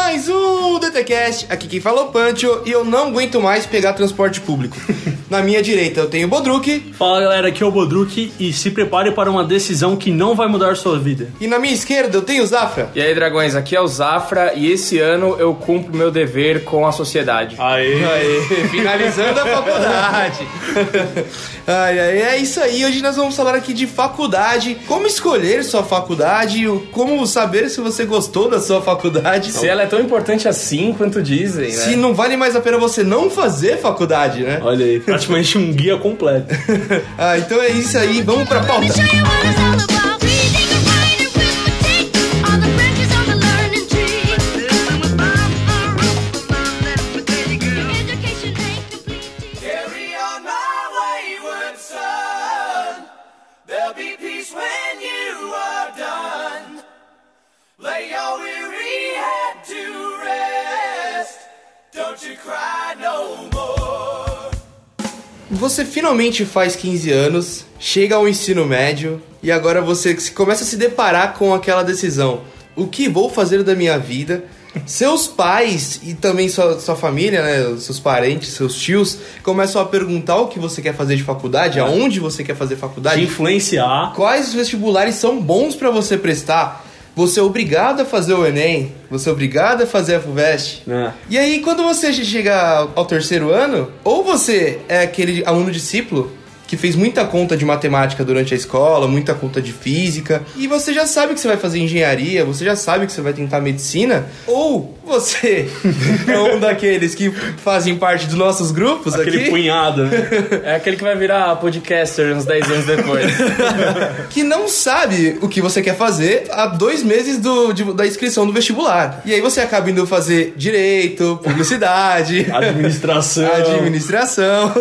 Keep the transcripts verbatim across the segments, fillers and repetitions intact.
mais um DTCast. Aqui quem fala é o Pancho e eu não aguento mais pegar transporte público. Na minha direita eu tenho o Bodruk. Fala galera, aqui é o Bodruk e se prepare para uma decisão que não vai mudar sua vida. E na minha esquerda eu tenho o Zafra. E aí, dragões, aqui é o Zafra e esse ano eu cumpro meu dever com a sociedade. Aê! Aê, finalizando a faculdade. Ai, ai, é isso aí, hoje nós vamos falar aqui de faculdade, como escolher sua faculdade, como saber se você gostou da sua faculdade. Se ela é tão importante assim quanto dizem, né? Se não vale mais a pena você não fazer faculdade, né? Olha aí, praticamente um guia completo. Ah, então é isso aí, vamos pra pauta. Você finalmente faz quinze anos, chega ao ensino médio e agora você começa a se deparar com aquela decisão: o que vou fazer da minha vida? Seus pais e também sua, sua família, né, seus parentes, seus tios, começam a perguntar o que você quer fazer de faculdade, é. aonde você quer fazer faculdade, de influenciar, quais vestibulares são bons pra você prestar. Você é obrigado a fazer o Enem, você é obrigado a fazer a FUVEST. É. E aí, quando você chega ao terceiro ano, ou você é aquele aluno discípulo que fez muita conta de matemática durante a escola, muita conta de física, e você já sabe que você vai fazer engenharia, você já sabe que você vai tentar medicina, ou você é um daqueles que fazem parte dos nossos grupos aquele aqui. punhado, né? É aquele que vai virar podcaster uns dez anos depois. Que não sabe o que você quer fazer há dois meses do, de, da inscrição do vestibular. E aí você acaba indo fazer direito, publicidade, administração. administração.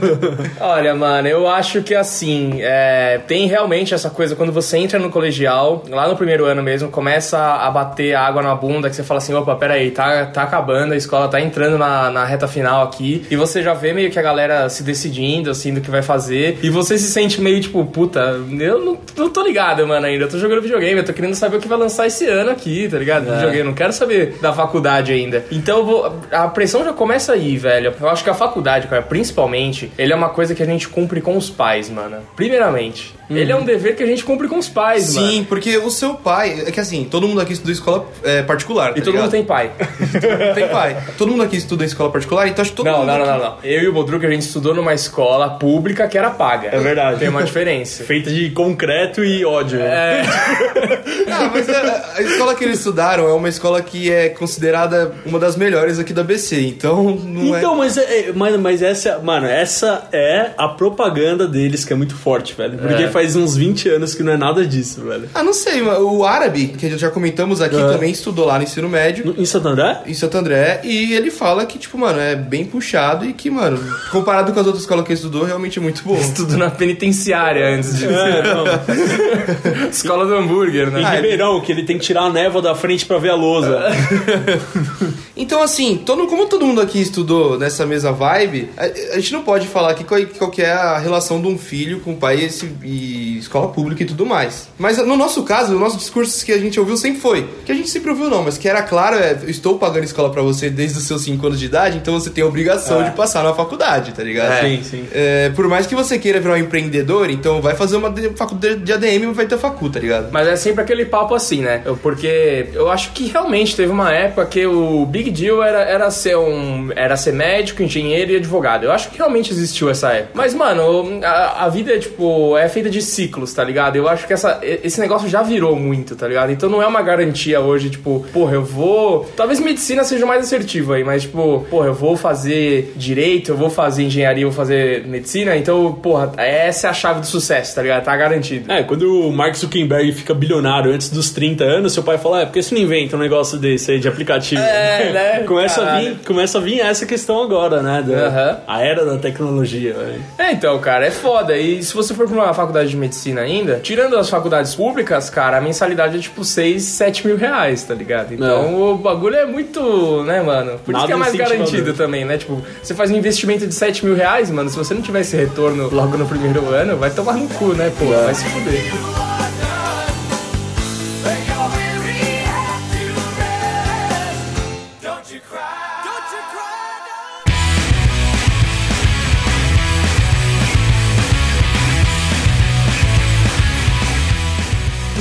Olha, mano, eu acho que assim, é, tem realmente essa coisa, quando você entra no colegial, lá no primeiro ano mesmo, começa a bater água na bunda, que você fala assim, opa, peraí, tá, tá acabando, a escola tá entrando na, na reta final aqui, e você já vê meio que a galera se decidindo, assim, do que vai fazer, e você se sente meio tipo, puta, eu não, não tô ligado, mano, ainda, eu tô jogando videogame, eu tô querendo saber o que vai lançar esse ano aqui, tá ligado? É. Videogame, não quero saber da faculdade ainda. Então, eu vou, a pressão já começa aí, velho. Eu acho que a faculdade, cara, principalmente, ele é uma coisa que a gente cumpre com os pais, mano. Primeiramente. Uhum. Ele é um dever que a gente cumpre com os pais, Sim, mano. Sim, porque o seu pai... É que assim, todo mundo aqui estuda escola é, particular, tá E todo ligado? mundo tem pai. Tem pai. Todo mundo aqui estuda em escola particular, então acho que todo não, mundo... Não, não, aqui... não, não. Eu e o Bodruk, a gente estudou numa escola pública que era paga. É verdade. Tem uma diferença. Feita de concreto e ódio. É. Não, mas a, a escola que eles estudaram é uma escola que é considerada uma das melhores aqui da B C, então não então, é... mas, é, mas, mas essa... Mano, essa é a propaganda deles que é muito forte, velho. Porque é. faz uns vinte anos que não é nada disso, velho. Ah, não sei, o árabe, que já comentamos aqui, é. também estudou lá no ensino médio. Em Santo André? Em Santo André, e ele fala que, tipo, mano, é bem puxado e que, mano, comparado com as outras escolas que ele estudou, realmente é muito bom. Estudou na penitenciária antes de... É, não. Escola do hambúrguer, né? Em Ribeirão, que ele tem que tirar a névoa da frente pra ver a lousa. Então, assim, todo, como todo mundo aqui estudou nessa mesma vibe, a, a gente não pode falar aqui qual, qual que é a relação de um filho com o pai esse, e escola pública e tudo mais. Mas no nosso caso, o nosso discurso que a gente ouviu sempre foi, que a gente sempre ouviu não, mas que era claro, é, eu estou pagando escola pra você desde os seus cinco anos de idade, então você tem a obrigação é. de passar na faculdade, tá ligado? É. Sim, sim. É, por mais que você queira virar um empreendedor, então vai fazer uma faculdade de A D M e vai ter facu, tá ligado? Mas é sempre aquele papo assim, né? Eu, porque eu acho que realmente teve uma época que o big deal era, era, ser um, era ser médico, engenheiro e advogado. Eu acho que realmente existiu essa época. Mas, mano, a, a vida é, tipo, é feita de ciclos, tá ligado? Eu acho que essa, esse negócio já virou muito, tá ligado? Então não é uma garantia hoje, tipo, porra, eu vou... Talvez medicina seja mais assertivo aí, mas, tipo, porra, eu vou fazer direito, eu vou fazer engenharia, eu vou fazer medicina, então, porra, essa é a chave do sucesso, tá ligado? Tá garantido. É, quando o Mark Zuckerberg fica bilionário antes dos trinta anos, seu pai fala, é, por que você não inventa um negócio desse aí de aplicativo? É, né? começa, a vir, começa a vir essa questão agora, né? Da, uhum. A era da tecnologia, velho. É, então, cara, é foda. E se você for pra uma faculdade de medicina ainda, tirando as faculdades públicas, cara, a mensalidade é tipo seis, sete mil reais, tá ligado? Então é. o bagulho é muito, né, mano? Por Nada isso que é mais garantido também, né? Tipo, você faz um investimento de sete mil reais, mano, se você não tiver esse retorno logo no primeiro ano, vai tomar no cu, né, pô? É. Vai se fuder.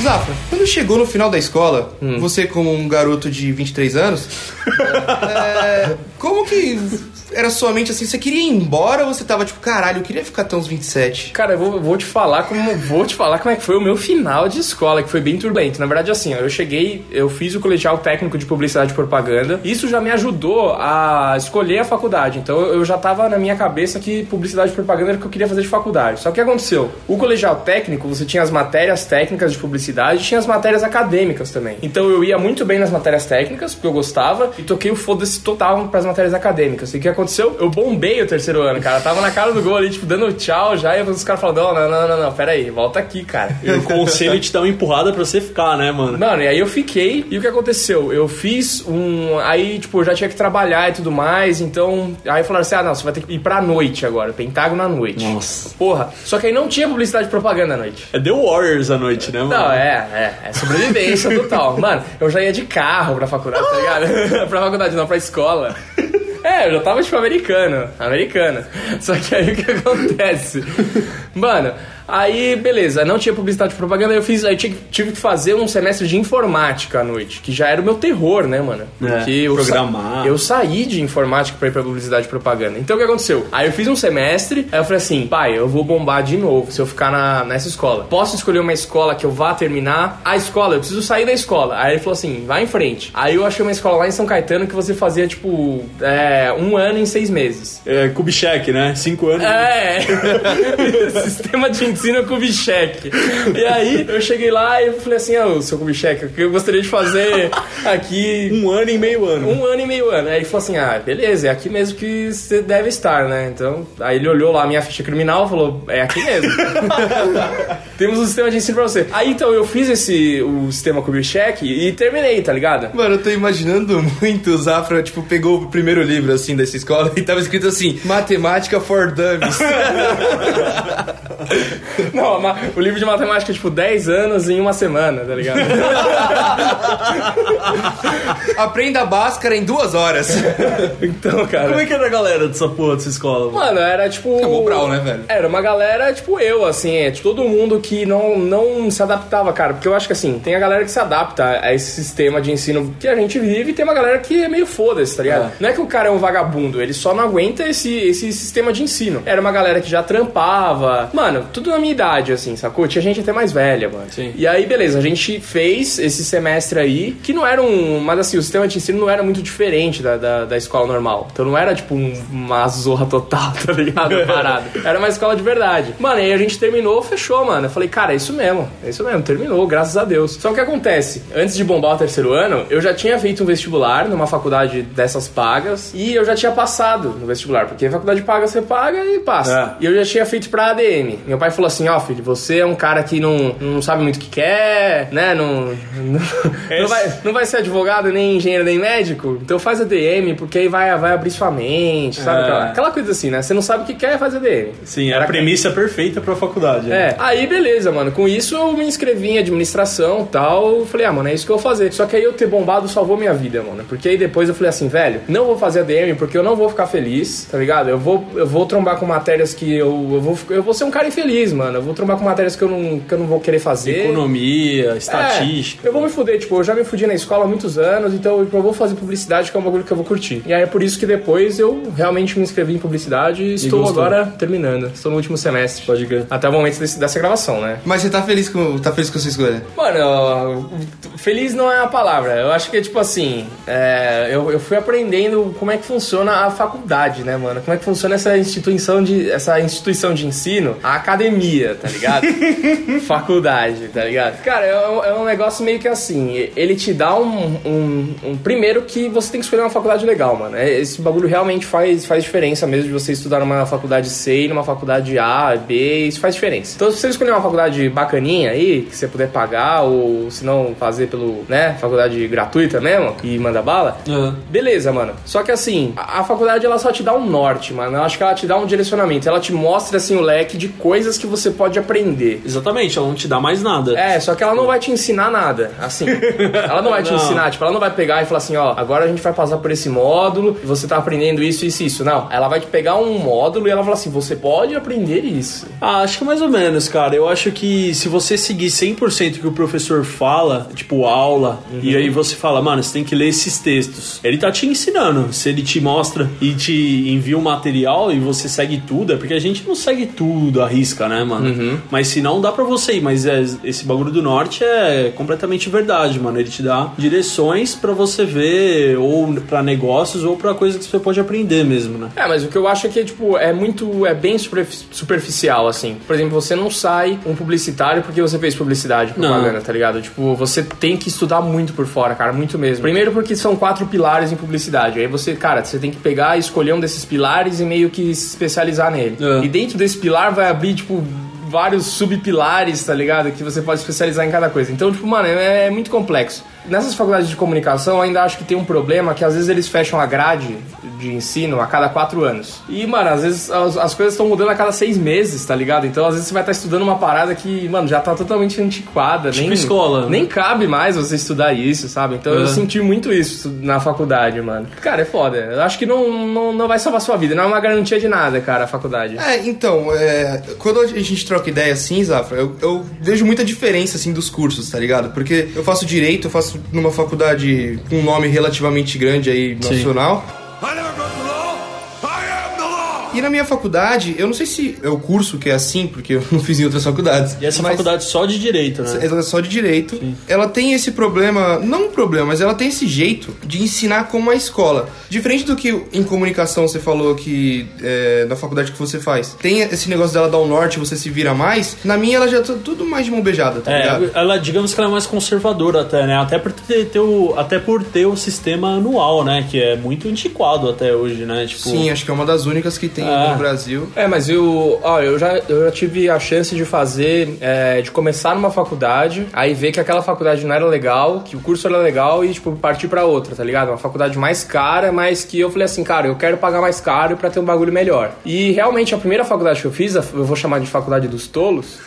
Zafra, quando chegou no final da escola, hum. você como um garoto de vinte e três anos, é, como que era sua mente assim? Você queria ir embora ou você tava tipo, caralho, eu queria ficar até uns vinte e sete? Cara, eu vou, vou te falar como vou te falar como é que foi o meu final de escola, que foi bem turbulento. Na verdade, assim, ó, eu cheguei, eu fiz o colegial técnico de publicidade e propaganda. Isso já me ajudou a escolher a faculdade. Então eu já tava na minha cabeça que publicidade e propaganda era o que eu queria fazer de faculdade. Só que o que aconteceu? O colegial técnico, você tinha as matérias técnicas de publicidade e tinha as matérias acadêmicas também. Então eu ia muito bem nas matérias técnicas, porque eu gostava, e toquei o foda-se total pras matérias acadêmicas. E o que aconteceu? Eu bombei o terceiro ano, cara. Tava na cara do gol ali, tipo, dando tchau já, e os caras falando, não, não, não, não, não, pera aí, volta aqui, cara. E o conselho te dá uma empurrada pra você ficar, né, mano? Mano, e aí eu fiquei, e o que aconteceu? Eu fiz um... Aí, tipo, eu já tinha que trabalhar e tudo mais, então... Aí falaram assim, ah, não, você vai ter que ir pra noite agora, Pentágono à noite. Nossa. Porra, só que aí não tinha publicidade e propaganda à noite. É The Warriors à noite, né, mano? Não, é, é, é sobrevivência total. Mano, eu já ia de carro pra faculdade, tá ligado? Pra faculdade não, pra escola. É, eu já tava tipo americano, americano. Só que aí o que acontece? Mano, aí beleza, não tinha publicidade e propaganda, eu fiz, aí tive, tive que fazer um semestre de informática à noite, que já era o meu terror, né, mano? Porque é, eu programar. Sa- eu saí de informática pra ir pra publicidade e propaganda. Então o que aconteceu? Aí eu fiz um semestre, aí eu falei assim, pai, eu vou bombar de novo se eu ficar na, nessa escola. Posso escolher uma escola que eu vá terminar a escola? Eu preciso sair da escola. Aí ele falou assim, vai em frente. Aí eu achei uma escola lá em São Caetano que você fazia, tipo, é, um ano em seis meses. É, Kubitschek, né? Cinco anos. É, sistema de ensino Kubitschek. E aí eu cheguei lá e eu falei assim, ô, oh, seu Kubitschek, o que eu gostaria de fazer aqui... Um ano e meio ano. Um ano e meio ano. Aí ele falou assim, ah, beleza, é aqui mesmo que você deve estar, né? Então, aí ele olhou lá a minha ficha criminal e falou, é aqui mesmo. Temos um sistema de ensino pra você. Aí então eu fiz esse, o sistema Kubitschek e terminei, tá ligado? Mano, eu tô imaginando muito o Zafra, tipo, pegou o primeiro livro, assim, dessa escola e tava escrito assim, Matemática for Dummies. Não, o livro de matemática, tipo, dez anos em uma semana, tá ligado? Aprenda a Bhaskara em duas horas. Então, cara... Como é que era a galera dessa porra, dessa escola? Mano, mano era tipo... Acabou o Brau, né, velho? Era uma galera, tipo eu, assim, é, tipo, todo mundo que não, não se adaptava, cara. Porque eu acho que, assim, tem a galera que se adapta a esse sistema de ensino que a gente vive e tem uma galera que é meio foda-se, tá ligado? É. Não é que o cara é um vagabundo, ele só não aguenta esse, esse sistema de ensino. Era uma galera que já trampava. Mano, tudo na minha idade, assim, sacou? Tinha gente até mais velha, mano. Sim. E aí, beleza, a gente fez esse semestre aí, que não era um... Mas, assim, o sistema de ensino não era muito diferente da, da, da escola normal. Então não era, tipo, um, uma zorra total, tá ligado? Parado. Era uma escola de verdade. Mano, aí a gente terminou, fechou, mano. Eu falei, cara, é isso mesmo. É isso mesmo, terminou, graças a Deus. Só que o que acontece? Antes de bombar o terceiro ano, eu já tinha feito um vestibular numa faculdade dessas pagas e eu já tinha passado no vestibular, porque a faculdade paga, você paga e passa. É. E eu já tinha feito pra A D M. Meu pai falou assim, ó, oh, filho, você é um cara que não, não sabe muito o que quer, né? Não, não, não, vai, não vai ser advogado, nem engenheiro, nem médico. Então faz A D M, porque aí vai, vai abrir sua mente, sabe? É. Aquela, aquela coisa assim, né? Você não sabe o que quer, faz A D M. Sim, era a premissa perfeita pra faculdade. Né? É, aí beleza, mano. Com isso eu me inscrevi em administração e tal. Falei, ah, mano, é isso que eu vou fazer. Só que aí eu ter bombado salvou minha vida, mano. Porque aí depois eu falei assim, velho, não vou fazer A D M porque eu não vou ficar feliz, tá ligado? Eu vou, eu vou trombar com matérias que eu, eu, vou, eu vou ser um cara infeliz, mano. Eu vou trombar com matérias que eu não, que eu não vou querer fazer. Economia, estatística. É, eu vou me fuder, tipo, eu já me fudi na escola há muitos anos, então eu vou fazer publicidade, que é um bagulho que eu vou curtir. E aí é por isso que depois eu realmente me inscrevi em publicidade e estou e agora terminando. Estou no último semestre. Pode crer. Até o momento desse, dessa gravação, né? Mas você tá feliz com, tá feliz com a sua escolha? Mano, feliz não é a palavra. Eu acho que, tipo assim, é, eu, eu fui aprendendo como é que funciona a faculdade, né, mano? Como é que funciona essa instituição de, essa instituição de ensino, a academia, tá ligado? Faculdade, tá ligado? Cara, é, é um negócio meio que assim, ele te dá um, um, um... Primeiro que você tem que escolher uma faculdade legal, mano. Esse bagulho realmente faz, faz diferença mesmo de você estudar numa faculdade C e numa faculdade A, B, isso faz diferença. Então, se você escolher uma faculdade bacaninha aí, que você puder pagar, ou se não fazer pelo, né, faculdade gratuita mesmo, e manda bala, uhum. Beleza, mano. Só que assim, a, a faculdade, ela só te dá um norte, mano. Eu acho que ela te dá um direcionamento. Ela te mostra, assim, o leque de coisas que você você pode aprender. Exatamente, ela não te dá mais nada. É, só que ela não vai te ensinar nada, assim. Ela não vai te não. ensinar, tipo, ela não vai pegar e falar assim, ó, agora a gente vai passar por esse módulo e você tá aprendendo isso, isso e isso. Não, ela vai te pegar um módulo e ela vai falar assim, você pode aprender isso. Ah, acho que mais ou menos, cara. Eu acho que se você seguir cem por cento que o professor fala, tipo, aula, uhum. e aí você fala, mano, você tem que ler esses textos. Ele tá te ensinando. Se ele te mostra e te envia um material e você segue tudo, é porque a gente não segue tudo à risca, né, mano? Uhum. Mas se não, dá pra você ir. Mas é, esse bagulho do norte é completamente verdade, mano. Ele te dá direções pra você ver, ou pra negócios, ou pra coisa que você pode aprender mesmo, né? É, mas o que eu acho é que, tipo, é muito, é bem superficial, assim. Por exemplo, você não sai um publicitário porque você fez publicidade, propaganda, não. tá ligado? Tipo, você tem que estudar muito por fora, cara, muito mesmo. Primeiro porque são quatro pilares em publicidade. Aí você, cara, você tem que pegar e escolher um desses pilares e meio que se especializar nele. É. E dentro desse pilar vai abrir, tipo, vários subpilares, tá ligado? Que você pode especializar em cada coisa. Então, tipo, mano, é, é muito complexo. Nessas faculdades de comunicação, eu ainda acho que tem um problema que às vezes eles fecham a grade de ensino a cada quatro anos. E, mano, às vezes as, as coisas estão mudando a cada seis meses, tá ligado? Então, às vezes você vai estar estudando uma parada que, mano, já tá totalmente antiquada. Tipo nem, escola. Nem cabe mais você estudar isso, sabe? Então, uhum. eu senti muito isso na faculdade, mano. Cara, é foda. Eu acho que não, não, não vai salvar sua vida. Não é uma garantia de nada, cara, a faculdade. É, então, é, quando a gente troca ideia assim, Zafra, eu, eu vejo muita diferença, assim, dos cursos, tá ligado? Porque eu faço direito, eu faço numa faculdade com um nome relativamente grande aí, nacional. Sim. E na minha faculdade, eu não sei se é o curso que é assim, porque eu não fiz em outras faculdades. E essa faculdade só de direito, né? Ela é só de direito. Sim. Ela tem esse problema, não um problema, mas ela tem esse jeito de ensinar como uma escola. Diferente do que em comunicação você falou que é, na faculdade que você faz. Tem esse negócio dela dar o norte, você se vira mais. Na minha, ela já tá tudo mais de mão beijada, tá é, ligado? Ela, digamos que ela é mais conservadora até, né? Até por ter, ter o, até por ter o sistema anual, né? Que é muito antiquado até hoje, né? Tipo... Sim, acho que é uma das únicas que tem ah. no Brasil. É, mas eu, ó, eu, já, eu já tive a chance de fazer, é, de começar numa faculdade, aí ver que aquela faculdade não era legal, que o curso era legal e, tipo, partir pra outra, tá ligado? Uma faculdade mais cara, mas que eu falei assim, cara, eu quero pagar mais caro pra ter um bagulho melhor. E realmente a primeira faculdade que eu fiz, eu vou chamar de faculdade dos tolos,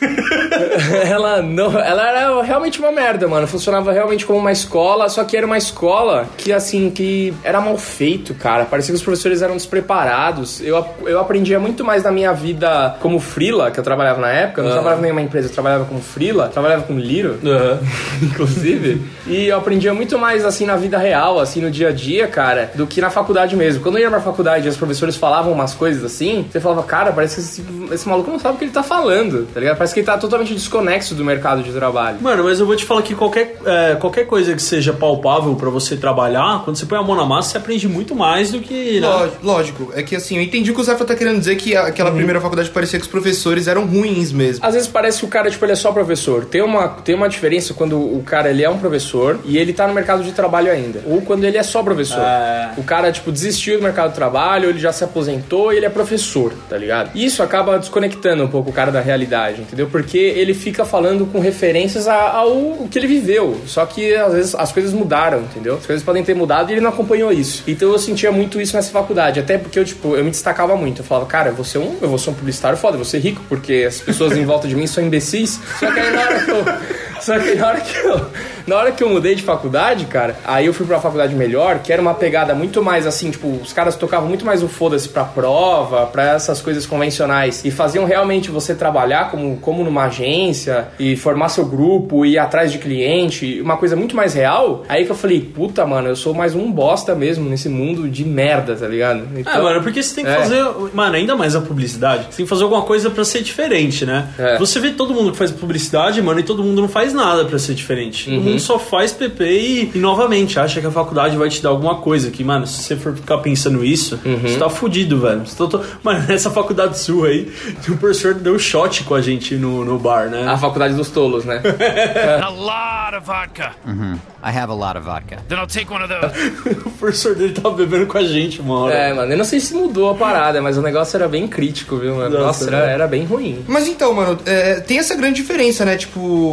ela, não, ela era realmente uma merda, mano. Funcionava realmente como uma escola, só que era uma escola que, assim, que era mal feito, cara. Parecia que os professores eram despreparados. Eu, eu aprendi muito mais na minha vida como freela, que eu trabalhava na época. Eu não uhum. trabalhava em nenhuma empresa, eu trabalhava como freela, trabalhava com Liro, uhum. inclusive. E eu aprendia muito mais, assim, na vida real, assim, no dia a dia, cara, do que na faculdade mesmo. Quando eu ia pra faculdade e os professores falavam umas coisas assim, você falava, cara, parece que esse, esse maluco não sabe o que ele tá falando, tá ligado? Parece que ele tá totalmente desconexo do mercado de trabalho. Mano, mas eu vou te falar que qualquer, é, qualquer coisa que seja palpável pra você trabalhar, quando você põe a mão na massa, você aprende muito mais do que... Né? Lógico, lógico. É que, assim, eu entendi o que o Zafra tá querendo dizer, que aquela uhum. primeira faculdade parecia que os professores eram ruins mesmo. Às vezes parece que o cara, tipo, ele é só professor. Tem uma, tem uma diferença quando o cara, ele é um professor e ele tá no mercado de trabalho ainda. Ou quando ele é só professor. É... O cara, tipo, desistiu do mercado de trabalho, ele já se aposentou e ele é professor, tá ligado? E isso acaba desconectando um pouco o cara da realidade, entendeu? Porque ele fica falando com referências ao que ele viveu. Só que, às vezes, as coisas mudaram, entendeu? As coisas podem ter mudado e ele não acompanhou isso. Então eu sentia muito isso nessa faculdade. Até porque eu, tipo, eu me destacava muito. Eu falava, cara, eu vou ser um, eu vou ser um publicitário foda, eu vou ser rico, porque as pessoas em volta de mim são imbecis. Só que aí na hora que eu... Só que na hora que eu... Na hora que eu mudei de faculdade, cara, aí eu fui pra uma faculdade melhor, que era uma pegada muito mais assim, tipo, os caras tocavam muito mais o foda-se pra prova, pra essas coisas convencionais, e faziam realmente você trabalhar como, como numa agência, e formar seu grupo, ir atrás de cliente, uma coisa muito mais real. Aí que eu falei, puta, mano, eu sou mais um bosta mesmo nesse mundo de merda, tá ligado? Então, ah, mano, porque você tem que é. fazer, mano, ainda mais a publicidade, você tem que fazer alguma coisa pra ser diferente, né? É. Você vê todo mundo que faz publicidade, mano, e todo mundo não faz nada pra ser diferente. Uhum. Todo mundo só faz P P e, e novamente acha que a faculdade vai te dar alguma coisa, que, mano, se você for ficar pensando isso, uhum. você tá fudido, velho. Você tá, mano, nessa faculdade sua aí, o professor deu shot com a gente no, no bar, né? A faculdade dos tolos, né? A lot of vodka. Uhum. I have a lot of vodka. Then I'll take one of those. O professor dele tava bebendo com a gente uma hora. É, mano, eu não sei se mudou a parada, mas o negócio era bem crítico, viu, mano? Nossa, Nossa era, era bem ruim. Mas então, mano, é, tem essa grande diferença, né? Tipo,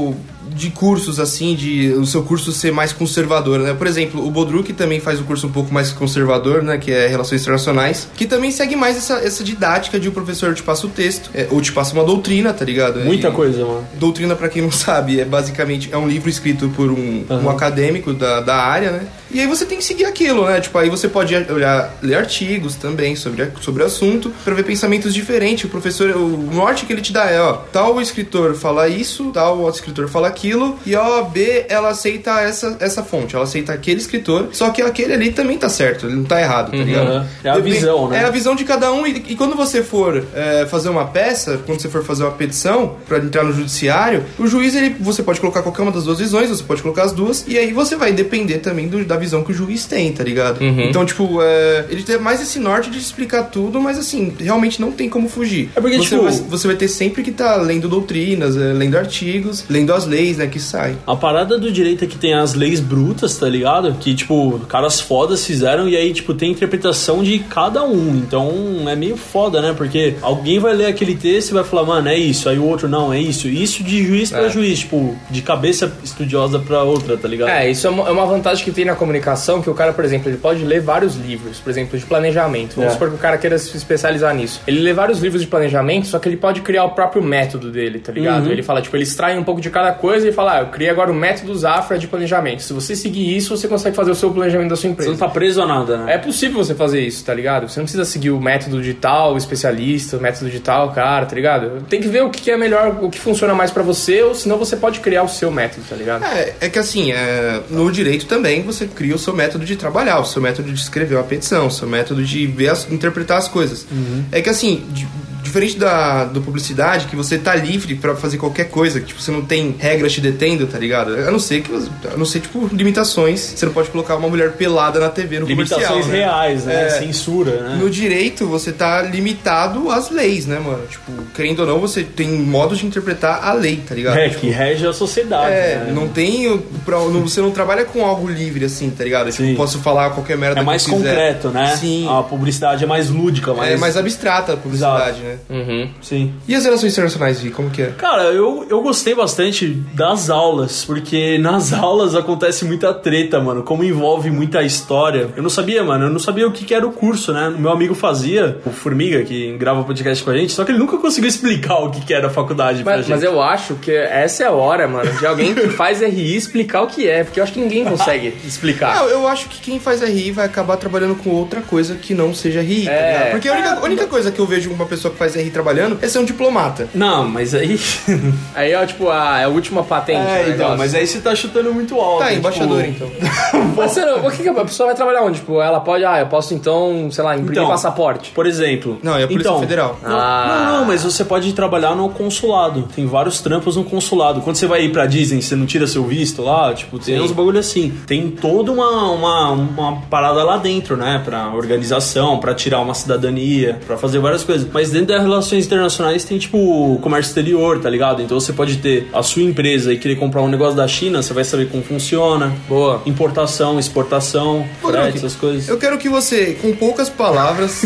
de cursos, assim, de o seu curso ser mais conservador, né? Por exemplo, o Bodruk também faz um curso um pouco mais conservador, né? Que é Relações Internacionais, que também segue mais essa, essa didática de o professor te passa o texto, é, ou te passa uma doutrina, tá ligado? Muita e, coisa, mano. Doutrina, pra quem não sabe, é basicamente é um livro escrito por um, uhum. um acadêmico da, da área, né? E aí você tem que seguir aquilo, né? Tipo, aí você pode olhar, ler artigos também sobre, sobre o assunto, pra ver pensamentos diferentes. O professor, o norte que ele te dá é, ó, tal escritor fala isso, tal outro escritor fala aquilo, e a O A B, ela aceita essa, essa fonte, ela aceita aquele escritor, só que aquele ali também tá certo, ele não tá errado, tá ligado? Uhum. É a Depende, visão, né? É a visão de cada um, e, e quando você for é, fazer uma peça, quando você for fazer uma petição pra entrar no judiciário, o juiz, ele, você pode colocar qualquer uma das duas visões, você pode colocar as duas, e aí você vai depender também do, da visão que o juiz tem, tá ligado? Uhum. Então, tipo, é, ele tem mais esse norte de explicar tudo, mas assim, realmente não tem como fugir. É porque, você, tipo, vai, você vai ter sempre que estar tá lendo doutrinas, é, lendo artigos, lendo as leis, né, que saem. A parada do direito é que tem as leis brutas, tá ligado? Que, tipo, caras fodas fizeram e aí, tipo, tem interpretação de cada um. Então, é meio foda, né? Porque alguém vai ler aquele texto e vai falar, mano, é isso. Aí o outro, não, é isso. Isso de juiz pra é. juiz, tipo, de cabeça estudiosa pra outra, tá ligado? É, isso é uma, é uma vantagem que tem na comunicação, que o cara, por exemplo, ele pode ler vários livros, por exemplo, de planejamento. Vamos é. supor que o cara queira se especializar nisso. Ele lê vários livros de planejamento, só que ele pode criar o próprio método dele, tá ligado? Uhum. Ele fala, tipo, ele extrai um pouco de cada coisa e fala, ah, eu criei agora o método Zafra de planejamento. Se você seguir isso, você consegue fazer o seu planejamento da sua empresa. Você não tá preso a nada, né? É possível você fazer isso, tá ligado? Você não precisa seguir o método de tal especialista, o método de tal cara, tá ligado? Tem que ver o que é melhor, o que funciona mais pra você, ou senão você pode criar o seu método, tá ligado? É, é que assim, é, no direito também você cria o seu método de trabalhar, o seu método de escrever uma petição, o seu método de ver as, interpretar as coisas. Uhum. É que assim, de, diferente da do publicidade, que você tá livre pra fazer qualquer coisa, que tipo, você não tem regras te detendo, tá ligado? A não ser que, a não ser, tipo, limitações. Você não pode colocar uma mulher pelada na T V no comercial, limitações né? reais, né? É, censura, né? No direito, você tá limitado às leis, né, mano? Tipo, querendo ou não, você tem modos de interpretar a lei, tá ligado? É, tipo, que rege a sociedade, É, né? não tem... Pra, não, você não trabalha com algo livre, assim, tá ligado? Tipo, posso falar qualquer merda é mais que eu quiser. concreto, né? Sim. A publicidade é mais lúdica, mais... É mais abstrata a publicidade, Exato. né? Uhum. Sim. E as relações internacionais, Vi, como que é? Cara, eu, eu gostei bastante das aulas, porque nas aulas acontece muita treta, mano, como envolve muita história. Eu não sabia, mano, eu não sabia o que, que era o curso, né? O meu amigo fazia, o Formiga, que grava podcast com a gente, só que ele nunca conseguiu explicar o que, que era a faculdade pra mas, gente. Mas eu acho que essa é a hora, mano, de alguém que faz R I explicar o que é, porque eu acho que ninguém consegue explicar. Não, eu acho que quem faz R I vai acabar trabalhando com outra coisa que não seja R I, é. tá ligado? Porque a única, a única coisa que eu vejo uma pessoa que faz R I trabalhando é ser um diplomata. Não, mas aí... aí é tipo a, é a última patente. É, então, mas aí você tá chutando muito alto. Tá, tipo... embaixador, então. Mas você não, o que, que a pessoa vai trabalhar onde? Tipo, ela pode, ah, eu posso então, sei lá, imprimir então, passaporte. Por exemplo. Não, é a Polícia então, Federal. Não, ah. não, não, mas você pode trabalhar no consulado. Tem vários trampos no consulado. Quando você vai ir pra Disney, você não tira seu visto lá, tipo, tem Sim. uns bagulho assim. Tem toda uma, uma, uma parada lá dentro, né? Pra organização, pra tirar uma cidadania, pra fazer várias coisas. Mas dentro das relações internacionais tem, tipo, comércio exterior, tá ligado? Então você pode ter a sua empresa e querer comprar um negócio da China, você vai saber como funciona. Boa. Importação, exportação, frete, essas coisas. Eu quero que você, com poucas palavras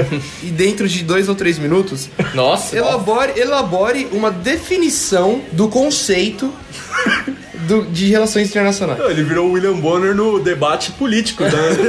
e dentro de dois ou três minutos, Nossa, elabore, elabore uma definição do conceito do, de relações internacionais. Ele virou o William Bonner no debate político, né?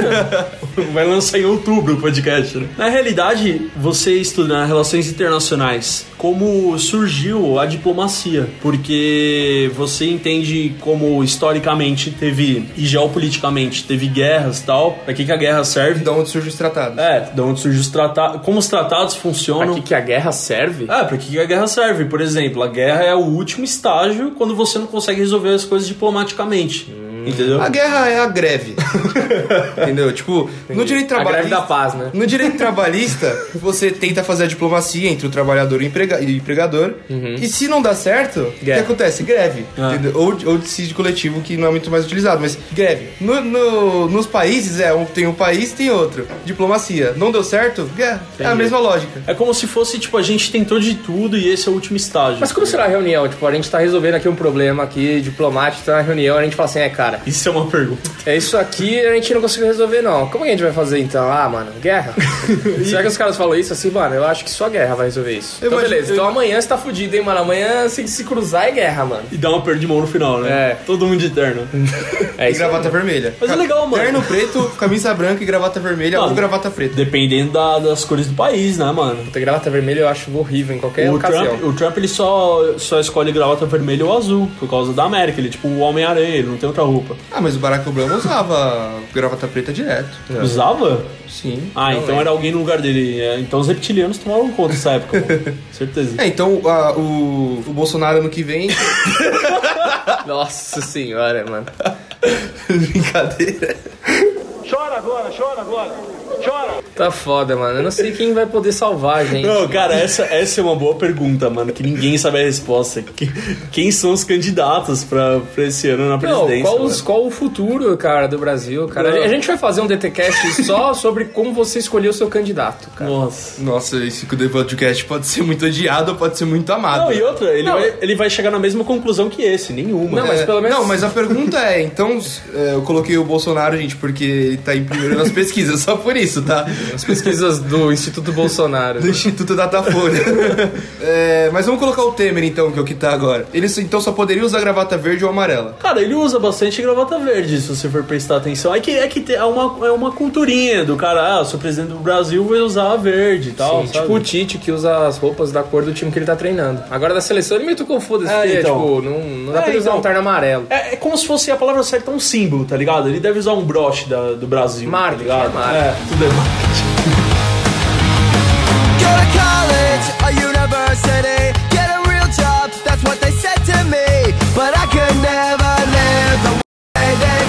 Vai lançar em outubro o podcast, né? Na realidade, você estuda relações internacionais, como surgiu a diplomacia, porque você entende como historicamente teve, e geopoliticamente, teve guerras e tal, pra que, que a guerra serve. De onde surgem os tratados. É, de onde surgem os tratados, como os tratados funcionam. Pra que, que a guerra serve? É, pra que, que a guerra serve. Por exemplo, a guerra é o último estágio quando você não consegue resolver as coisas diplomaticamente. Hum. Entendeu? A guerra é a greve. Entendeu? Tipo, Entendi. no direito trabalhista... A greve da paz, né? No direito trabalhista, você tenta fazer a diplomacia entre o trabalhador e o emprega- e o empregador. Uhum. E se não dá certo, o que acontece? Greve. Ah. Entendeu? Ou, ou dissídio coletivo, que não é muito mais utilizado, mas greve. No, no, nos países, é, um, tem um país, tem outro. Diplomacia. Não deu certo? Guerra. Entendi. É a mesma lógica. É como se fosse, tipo, a gente tentou de tudo e esse é o último estágio. Mas como será a reunião? Tipo, a gente tá resolvendo aqui um problema aqui, diplomático, tá na reunião, a gente fala assim, é, cara, cara. Isso é uma pergunta. É isso aqui a gente não conseguiu resolver, não. Como que a gente vai fazer então? Ah, mano, guerra? Será que os caras falam isso assim, mano? Eu acho que só guerra vai resolver isso. Eu então, imagino, beleza. Eu... Então amanhã você tá fudido, hein, mano? Amanhã se, se cruzar é guerra, mano. E dá uma perda de mão no final, né? É. Todo mundo de terno. É isso. E gravata aí. vermelha. Mas é legal, mano. Terno preto, camisa branca e gravata vermelha mano, ou gravata preta. Dependendo da, das cores do país, né, mano? Puta, gravata vermelha eu acho horrível em qualquer o ocasião. Trump, o Trump, ele só, só escolhe gravata vermelha ou azul, por causa da América. Ele é tipo o Homem-Aranha, ele não tem outra roupa. Ah, mas o Barack Obama usava gravata preta direto. É. Usava? Sim. Ah, então é. era alguém no lugar dele. Então os reptilianos tomaram conta dessa época, pô. Certeza. É, então a, o, o Bolsonaro ano que vem... Nossa senhora, mano. Brincadeira. Chora agora, chora agora. Chora. Tá foda, mano. Eu não sei quem vai poder salvar a gente. Não, cara, essa, essa é uma boa pergunta, mano, que ninguém sabe a resposta. Quem são os candidatos pra, pra esse ano na presidência? Não, qual, os, qual o futuro, cara, do Brasil, cara? Não. A gente vai fazer um D T Cast só sobre como você escolheu o seu candidato, cara. Nossa. Nossa, esse podcast pode ser muito odiado ou pode ser muito amado. Não, e outra, ele, vai, ele vai chegar na mesma conclusão que esse, nenhuma. Não, mas pelo menos... Não, mas a pergunta é, então, eu coloquei o Bolsonaro, gente, porque ele tá em primeiro nas pesquisas, só por isso, tá? As pesquisas do Instituto Bolsonaro. Do Instituto Datafolha. é, mas vamos colocar o Temer, então, que é o que tá agora. Ele então só poderia usar gravata verde ou amarela? Cara, ele usa bastante gravata verde, se você for prestar atenção. É que, é que é, uma, é uma culturinha do cara, ah, sou presidente do Brasil, vou usar a verde e tal. Sim, tipo o Tite, que usa as roupas da cor do time que ele tá treinando. Agora da seleção ele meio que confuso, é, porque, então, tipo, não, não dá é, pra ele usar então, um terno amarelo. É, é como se fosse a palavra certa, um símbolo, tá ligado? Ele deve usar um broche da, do Brasil. Marketing, tá ligado? É, é, tudo é marketing. Go to college or university, get a real job, that's what they said to me. But I could never live the way they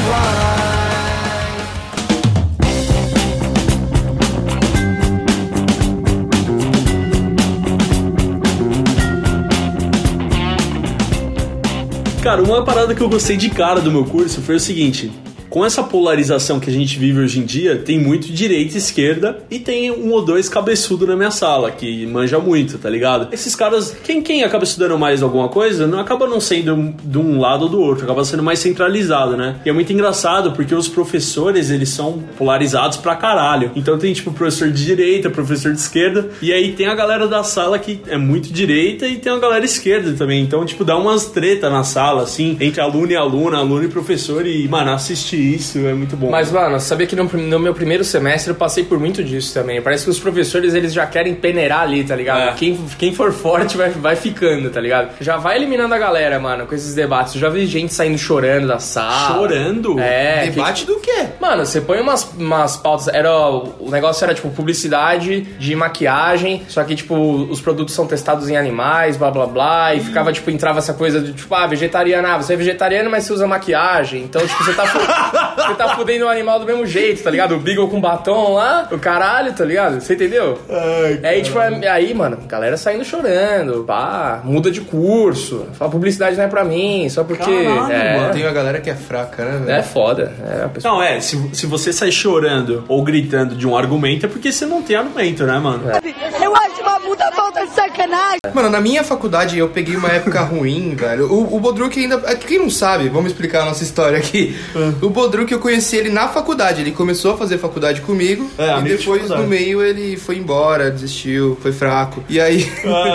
want. Cara, uma parada que eu gostei de cara do meu curso foi o seguinte: com essa polarização que a gente vive hoje em dia, tem muito direita e esquerda e tem um ou dois cabeçudo na minha sala, que manja muito, tá ligado? Esses caras, quem, quem acaba estudando mais alguma coisa, não acaba não sendo de um lado ou do outro, acaba sendo mais centralizado, né? E é muito engraçado, porque os professores, eles são polarizados pra caralho. Então tem, tipo, professor de direita, professor de esquerda, e aí tem a galera da sala que é muito direita e tem a galera esquerda também. Então, tipo, dá umas treta na sala, assim, entre aluno e aluna, aluno e professor, e, mano, assistir isso é muito bom. Mas, mano, sabia que no, no meu primeiro semestre eu passei por muito disso também. Parece que os professores, eles já querem peneirar ali, tá ligado? É. Quem, quem for forte vai, vai ficando, tá ligado? Já vai eliminando a galera, mano, com esses debates. Eu já vi gente saindo chorando da sala. Chorando? É. Debate que... do quê? Mano, você põe umas, umas pautas... Era, o negócio era, tipo, publicidade de maquiagem, só que, tipo, os produtos são testados em animais, blá, blá, blá, e ficava, tipo, entrava essa coisa de, tipo, ah, vegetariana, ah, você é vegetariano, mas você usa maquiagem. Então, tipo, você tá... Você tá fudendo o animal do mesmo jeito, tá ligado? O Beagle com batom lá, o caralho, tá ligado? Você entendeu? Ai, aí, tipo, aí, mano, galera saindo chorando, pá, muda de curso, fala, publicidade não é pra mim, só porque... Caralho, é, mano, tem uma galera que é fraca, né, velho? É foda. É, a pessoa... Não, é, se, se você sai chorando ou gritando de um argumento, é porque você não tem argumento, né, mano? É. Eu acho uma puta falta de sacanagem. Mano, na minha faculdade eu peguei uma época ruim, velho. O, o Bodruk ainda... Quem não sabe, vamos explicar a nossa história aqui. O Bodruk, eu conheci ele na faculdade. Ele começou a fazer faculdade comigo. É, e depois, no meio, ele foi embora, desistiu, foi fraco. E aí...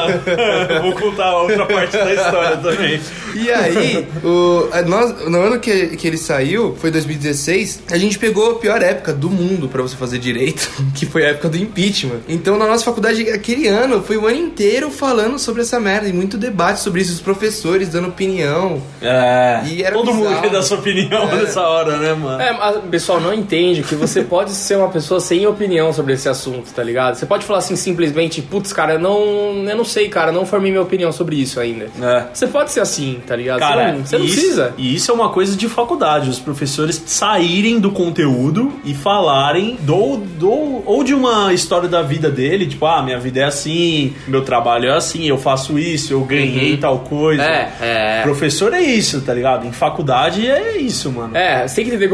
Ah, vou contar a outra parte da história também. E aí, o, nós, no ano que, que ele saiu, foi dois mil e dezesseis, a gente pegou a pior época do mundo pra você fazer direito, que foi a época do impeachment. Então, na nossa faculdade, aquele ano, foi o ano inteiro falando sobre essa merda, e muito debate sobre isso, os professores dando opinião. É, e era todo bizarro. mundo quer dar sua opinião é. nessa hora, né, mano? É, mas o pessoal não entende que você pode ser uma pessoa sem opinião sobre esse assunto, tá ligado? Você pode falar assim, simplesmente, putz, cara, eu não, eu não sei, cara, não formei minha opinião sobre isso ainda. É. Você pode ser assim, tá ligado? Cara, você não, você não isso, precisa. E isso é uma coisa de faculdade, os professores saírem do conteúdo e falarem do, do, ou de uma história da vida dele, tipo, ah, minha vida é assim, meu trabalho é assim, eu faço isso, eu ganhei uhum. tal coisa. É, é. Professor é isso, tá ligado? Em faculdade é isso, mano. É, você tem que entender que o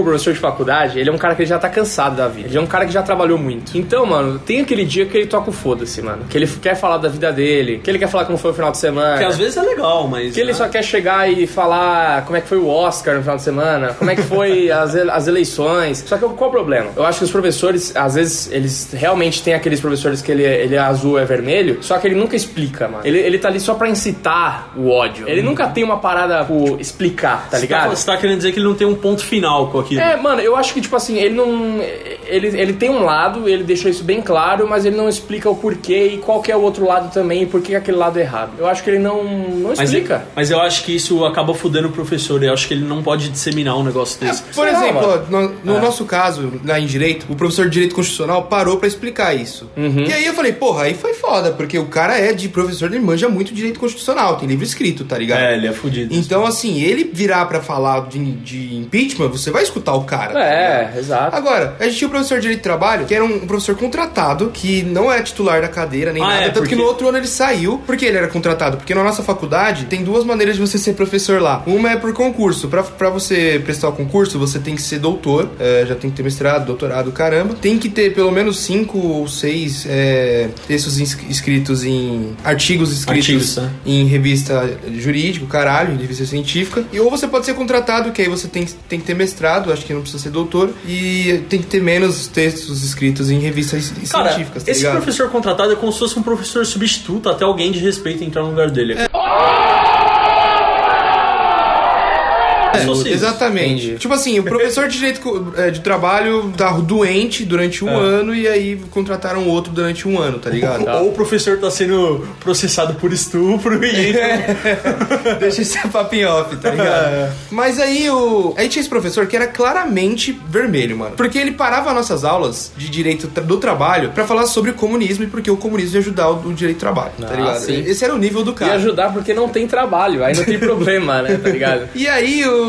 professor de faculdade, ele é um cara que ele já tá cansado da vida. Ele é um cara que já trabalhou muito. Então, mano, tem aquele dia que ele toca o foda-se, mano. Que ele quer falar da vida dele, que ele quer falar como foi o final de semana. Que às vezes é legal, mas... Que ele só quer chegar e falar como é que foi o Oscar no final de semana, como é que foi as, as eleições. Só que qual o problema? Eu acho que os professores, às vezes, eles realmente têm aqueles professores que ele, ele é azul, é vermelho, só que ele nunca explica, mano. Ele, ele tá ali só pra incitar o ódio. Ele nunca tem uma parada por explicar, tá ligado? Você tá, tá querendo dizer que ele não tem um ponto final com aquilo. É, mano, eu acho que, tipo assim, ele não... Ele, ele tem um lado, ele deixou isso bem claro, mas ele não explica o porquê e qual que é o outro lado também e por que aquele lado é errado. Eu acho que ele não, não explica. Mas, mas eu acho que isso acaba fudendo o professor. Eu acho que ele não pode disseminar um negócio desse. É, por exemplo, ó, no, no é. nosso caso, lá em Direito, o professor de Direito Constitucional parou pra explicar isso. Uhum. E aí eu falei, porra, aí foi foda, porque o cara é de professor, ele manja muito Direito Constitucional, tem livro escrito, tá ligado? É, ele é fudido. Então, assim, ele virar pra falar de, de impeachment, você vai escutar o cara. É, tá exato. Agora, a gente tinha o professor de Direito de Trabalho, que era um professor contratado, que não é titular da cadeira, nem ah, nada, é, tanto porque... que no outro ano ele saiu, porque ele era contratado. Porque na nossa faculdade, tem duas maneiras de você ser professor lá. Uma é por concurso. Pra, pra você prestar o concurso, você tem que ser doutor, é, já tem que ter mestrado, doutorado, caramba. Tem que ter pelo menos cinco ou seis é, textos inscritos em... Artigos escritos Artigos, né? em revista jurídica, caralho, em revista científica. E ou você pode ser contratado, que aí você tem, tem que ter mestrado, acho que não precisa ser doutor, e tem que ter menos textos escritos em revistas Cara, científicas, tá esse ligado? professor contratado é como se fosse um professor substituto até alguém de respeito entrar no lugar dele. É. É, exatamente. Entendi. Tipo assim, o professor de direito de trabalho tá doente durante um é. ano e aí contrataram outro durante um ano, tá ligado? Tá. Ou o professor tá sendo processado por estupro e... É. Deixa esse papinho off, tá ligado? É. Mas aí o... Aí tinha esse professor que era claramente vermelho, mano. Porque ele parava nossas aulas de direito do trabalho pra falar sobre o comunismo e porque o comunismo ia ajudar o direito do trabalho, tá ligado? Ah, sim. Esse era o nível do cara. Ia ajudar porque não tem trabalho, aí não tem problema, né, tá ligado? E aí o...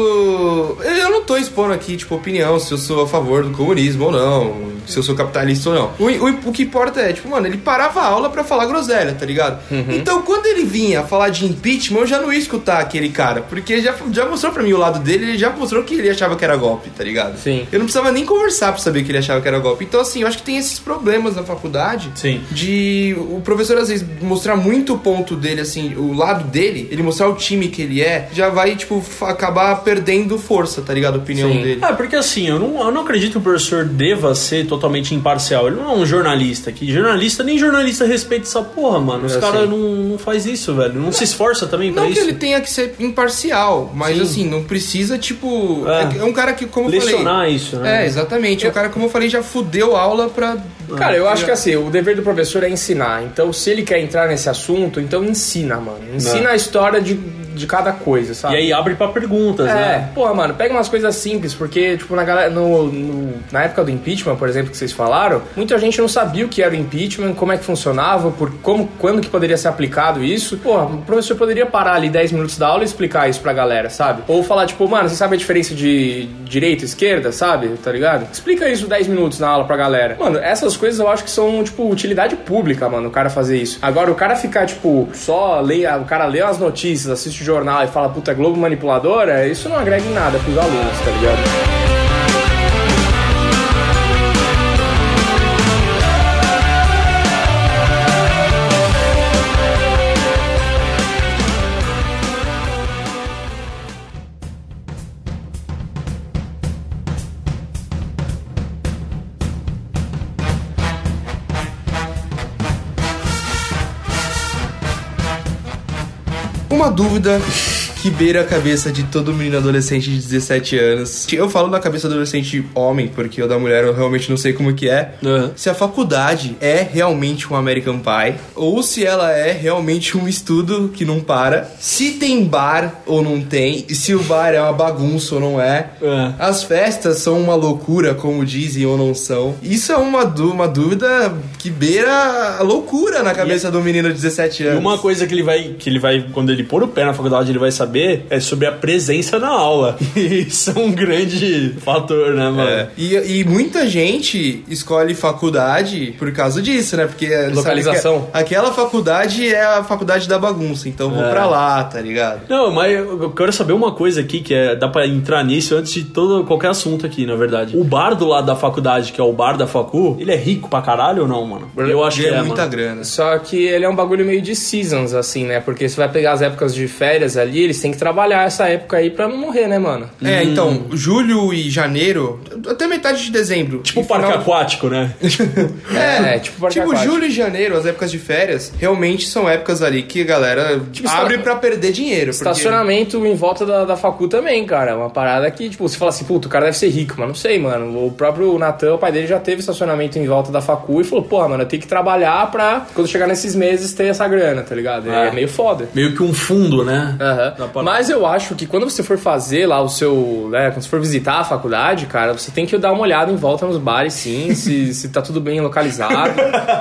Eu não tô expondo aqui, tipo, opinião, se eu sou a favor do comunismo ou não, se eu sou capitalista ou não. O, o, o que importa é, tipo, mano, ele parava a aula pra falar groselha, tá ligado? Uhum. Então, quando ele vinha falar de impeachment, eu já não ia escutar aquele cara, porque ele já, já mostrou pra mim o lado dele, ele já mostrou que ele achava que era golpe, tá ligado? Sim. Eu não precisava nem conversar pra saber que ele achava que era golpe. Então, assim, eu acho que tem esses problemas na faculdade. Sim. De o professor, às vezes, mostrar muito o ponto dele, assim, o lado dele, ele mostrar o time que ele é, já vai, tipo, acabar perdendo força, tá ligado? A opinião Sim. dele. É, porque assim, eu não, eu não acredito que o professor deva ser totalmente imparcial. Ele não é um jornalista aqui. Jornalista, nem jornalista respeita essa porra, mano. Os é caras assim. não, não faz isso, velho. Não, não se esforça também pra não isso. Não que ele tenha que ser imparcial, mas Sim. assim, não precisa, tipo... É, é um cara que, como eu falei... Lecionar isso, né? É, exatamente. É um cara, como eu falei, já fudeu a aula pra... Cara, eu acho que assim, o dever do professor é ensinar. Então, se ele quer entrar nesse assunto, então ensina, mano. Ensina não. a história de, de cada coisa, sabe? E aí abre pra perguntas, é, né? Porra, mano, pega umas coisas simples, porque, tipo, na, galera, no, no, na época do impeachment, por exemplo, que vocês falaram, muita gente não sabia o que era o impeachment, como é que funcionava, por como, quando que poderia ser aplicado isso. Porra, o professor poderia parar ali dez minutos da aula e explicar isso pra galera, sabe? Ou falar, tipo, mano, você sabe a diferença de direita e esquerda, sabe? Tá ligado? Explica isso dez minutos na aula pra galera. Mano, essas coisas eu acho que são, tipo, utilidade pública, mano, o cara fazer isso. Agora, o cara ficar, tipo, só lê, o cara lê as notícias, assiste o jornal e fala, puta, Globo manipuladora, isso não agrega em nada pros alunos, tá ligado? Uma dúvida que beira a cabeça de todo menino adolescente de dezessete anos. Eu falo da cabeça adolescente homem, porque o da mulher eu realmente não sei como que é. Uhum. Se a faculdade é realmente um American Pie, ou se ela é realmente um estudo que não para. Se tem bar ou não tem, e se o bar é uma bagunça ou não é. Uhum. As festas são uma loucura, como dizem ou não são. Isso é uma, uma dúvida que beira a loucura na cabeça e do menino de dezessete anos. E uma coisa que ele vai, que ele vai, quando ele pôr o pé na faculdade, ele vai saber saber é sobre a presença na aula. E isso é um grande fator, né, mano? É. E, e muita gente escolhe faculdade por causa disso, né? Porque localização. Aquela faculdade é a faculdade da bagunça, então vou é. pra lá, tá ligado? Não, mas eu quero saber uma coisa aqui, que é, dá pra entrar nisso antes de todo, qualquer assunto aqui, na verdade. O bar do lado da faculdade, que é o bar da facu, ele é rico pra caralho ou não, mano? Eu acho que é, é muita mano. grana. Só que ele é um bagulho meio de seasons, assim, né? Porque você vai pegar as épocas de férias ali, eles têm que trabalhar essa época aí pra não morrer, né, mano? É, hum. então, julho e janeiro, até metade de dezembro. Tipo parque final... aquático, né? é, é, tipo parque tipo, aquático. Tipo, julho e janeiro, as épocas de férias, realmente são épocas ali que a galera tipo, abre está... pra perder dinheiro. Estacionamento porque... em volta da, da facu também, cara. Uma parada que, tipo, você fala assim, puto, o cara deve ser rico, mas não sei, mano. O próprio Natan, o pai dele já teve estacionamento em volta da facu e falou, porra, mano, eu tenho que trabalhar pra, quando chegar nesses meses, ter essa grana, tá ligado? É, é meio foda. Meio que um fundo, né? Uhum. Mas eu acho que quando você for fazer lá o seu, né, quando você for visitar a faculdade, cara, você tem que dar uma olhada em volta nos bares, sim, se, se tá tudo bem localizado.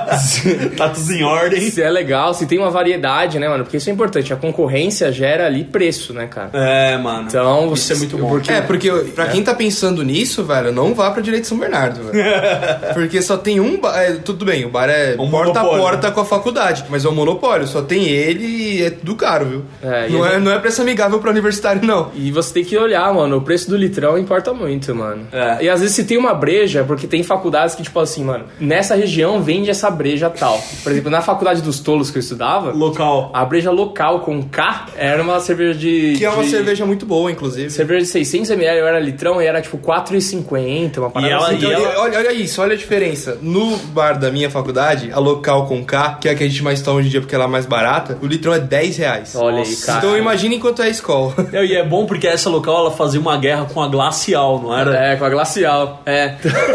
se, tá tudo em ordem. Se é legal, se tem uma variedade, né, mano? Porque isso é importante. A concorrência gera ali preço, né, cara? É, mano. Então, isso você, é muito bom. Porque, é, porque pra é. quem tá pensando nisso, velho, não vá pra direito de São Bernardo, velho. Porque só tem um bar. É, tudo bem, o bar é um porta monopólio. a porta com a faculdade, mas é um monopólio, só tem ele e é tudo caro, viu? É, não, é, gente... não é preço amigável pra universitário, não. E você tem que olhar, mano, o preço do litrão importa muito, mano. É. E às vezes se tem uma breja, porque tem faculdades que, tipo assim, mano, nessa região vende essa breja tal. Por exemplo, na faculdade dos tolos que eu estudava, local. A breja local com K era uma cerveja de... Que é uma de... cerveja muito boa, inclusive. Cerveja de seiscentos mililitros, eu era litrão e era tipo quatro reais e cinquenta, uma parada e ela, assim. Então, e ela... Olha, olha isso, olha a diferença. No bar da minha faculdade, a local com K, que é a que a gente mais toma hoje em dia porque ela é mais barata, o litrão é dez reais. Olha aí, cara. Então imagine quanto é a escola. É, e é bom porque essa local ela fazia uma guerra com a Glacial, não era? É, com a Glacial, é.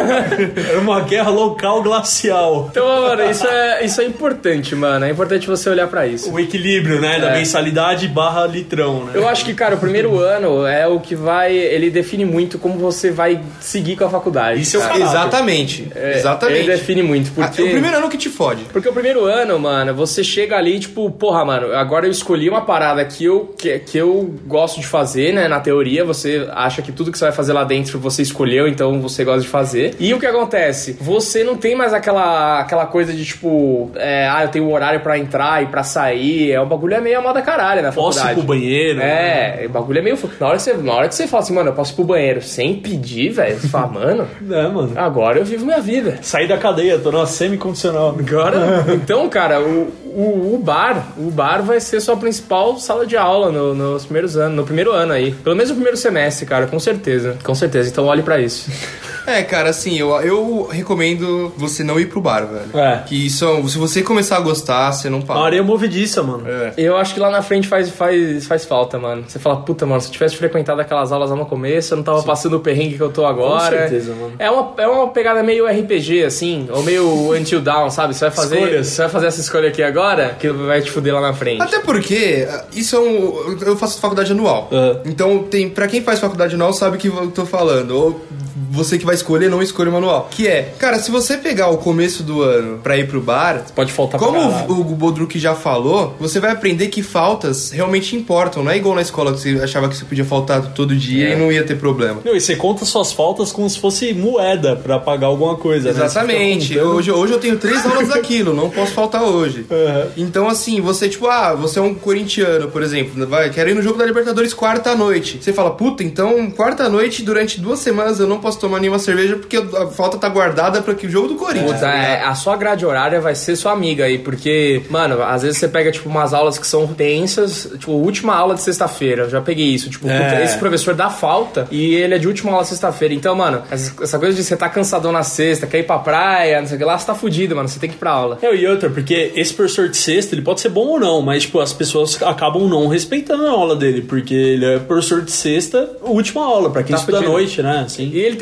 Era uma guerra local glacial. Então, mano, isso é, isso é importante, mano. É importante você olhar pra isso. O equilíbrio, né? Da é. mensalidade barra litrão, né? Eu acho que, cara, o primeiro ano é o que vai... Ele define muito como você vai seguir com a faculdade. Isso é o caráter. Exatamente. É, Exatamente. Ele define muito. Porque... É o primeiro ano que te fode. Porque o primeiro ano, mano, você chega ali, tipo, porra, mano, agora eu escolhi uma parada que eu, que, que eu gosto de fazer, né? Na teoria, você acha que tudo que você vai fazer lá dentro você escolheu, então você gosta de fazer. E o que acontece? Você não tem mais aquela, aquela coisa de, tipo, é, ah, eu tenho um horário pra entrar e pra sair. É, o bagulho é meio a moda caralho na faculdade. Posso ir pro banheiro? É, né? O bagulho é meio... Na hora, que você, na hora que você fala assim, mano, eu posso ir pro banheiro sem pedir, velho, você fala, mano... É, mano. Agora eu vivo minha vida. Saí da cadeia, tô numa semi-condicional. Agora... Então, cara, o, o, o bar, o bar vai ser sua principal sala de aula no, nos primeiros anos, no primeiro ano aí. Pelo menos no primeiro semestre, cara, com certeza. Com certeza, então olhe pra isso. É, cara, assim, eu, eu recomendo você não ir pro bar, velho. É. Que isso, se você começar a gostar, você não para. A areia movediça, mano. É. Eu acho que lá na frente faz, faz, faz falta, mano. Você fala, puta, mano, se eu tivesse frequentado aquelas aulas lá no começo, eu não tava Sim. passando o perrengue que eu tô agora. Com certeza, mano. É uma, é uma pegada meio R P G, assim, ou meio Until Dawn, sabe? Você vai fazer, Escolhas. você vai fazer essa escolha aqui agora, que vai te fuder lá na frente. Até porque, isso é um... Eu faço faculdade anual. Uhum. Então, tem, pra quem faz faculdade anual, sabe o que eu tô falando. Ou você que vai escolher, não escolha o manual. Que é, cara, se você pegar o começo do ano pra ir pro bar... Você pode faltar como pra o, o Bodruk já falou, você vai aprender que faltas realmente importam. Não é igual na escola que você achava que você podia faltar todo dia é. e não ia ter problema. Não, e você conta suas faltas como se fosse moeda pra pagar alguma coisa, Exatamente. Né? Hoje, hoje eu tenho três aulas daquilo, não posso faltar hoje. Uhum. Então, assim, você, tipo, ah, você é um corintiano, por exemplo, vai, quero ir no jogo da Libertadores quarta-noite. Você fala, puta, então, quarta-noite, durante duas semanas eu não posso tomar nenhuma cerveja porque a falta tá guardada para que o jogo do Corinthians. Puta, é, a sua grade horária vai ser sua amiga aí, porque, mano, às vezes você pega, tipo, umas aulas que são tensas, tipo, última aula de sexta-feira, eu já peguei isso, tipo, é. puta, esse professor dá falta e ele é de última aula sexta-feira, então, mano, essa coisa de você tá cansadão na sexta, quer ir pra praia, não sei o que lá, você tá fudido, mano, você tem que ir pra aula. É, e outra, porque esse professor de sexta, ele pode ser bom ou não, mas, tipo, as pessoas acabam não respeitando a aula dele, porque ele é professor de sexta, última aula, pra quem tá estuda à noite, né, assim. E ele tem que aceitar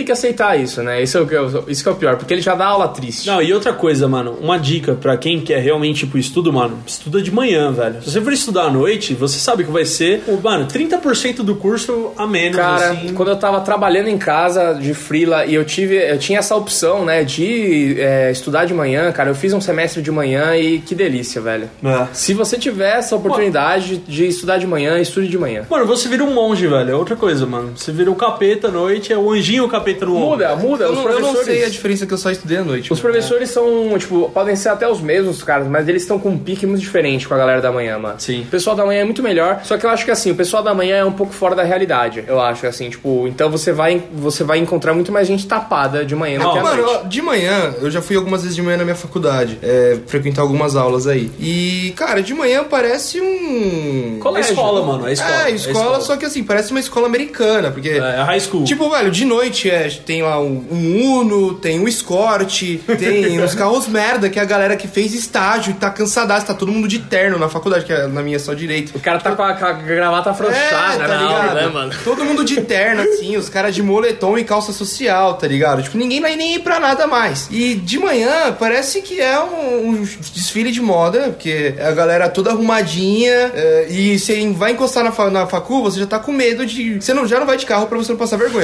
suportar isso, né? Isso é o que, eu, isso que é o pior, porque ele já dá aula triste. Não, e outra coisa, mano, uma dica pra quem quer realmente ir pro estudo, mano, estuda de manhã, velho. Se você for estudar à noite, você sabe que vai ser, mano, trinta por cento do curso a menos, cara, assim. Quando eu tava trabalhando em casa de freela e eu tive, eu tinha essa opção, né, de é, estudar de manhã, cara, eu fiz um semestre de manhã e que delícia, velho. É. Se você tiver essa oportunidade Pô. de estudar de manhã, estude de manhã. Mano, você vira um monge, velho, é outra coisa, mano. Você vira um capeta à noite, é o anjinho o capeta no ombro. Muda, muda. Eu, os não, professores... eu não sei a diferença que eu só estudei à noite. Os mano. professores são, tipo, podem ser até os mesmos, caras, mas eles estão com um pique muito diferente com a galera da manhã, mano. Sim. O pessoal da manhã é muito melhor, só que eu acho que assim, o pessoal da manhã é um pouco fora da realidade. Eu acho, assim, tipo, então você vai, você vai encontrar muito mais gente tapada de manhã do que à mano, noite. De manhã, eu já fui algumas vezes de manhã na minha faculdade, é, frequentar algumas aulas aí. E, cara, de manhã parece um... Colégio. É escola, mano, é escola. É, escola, é escola, só que assim, parece uma escola americana, porque... É, high school. Tipo, velho, de noite é, tem lá um, um Uno, tem um Escort, tem uns carros merda, que é a galera que fez estágio e tá cansadaço, tá todo mundo de terno na faculdade, que é na minha só direito. O cara tá com a, com a gravata afrouxada, é, tá na ligado? aula, né, mano? Todo mundo de terno, assim, os caras de moletom e calça social, tá ligado? Tipo, ninguém vai nem ir pra nada mais. E de manhã, parece que é um, um desfile de moda, porque a galera toda arrumadinha, é, e você vai encostar na, fa- na facu, você já tá com medo de... Você não, já não vai de carro pra você não passar vergonha.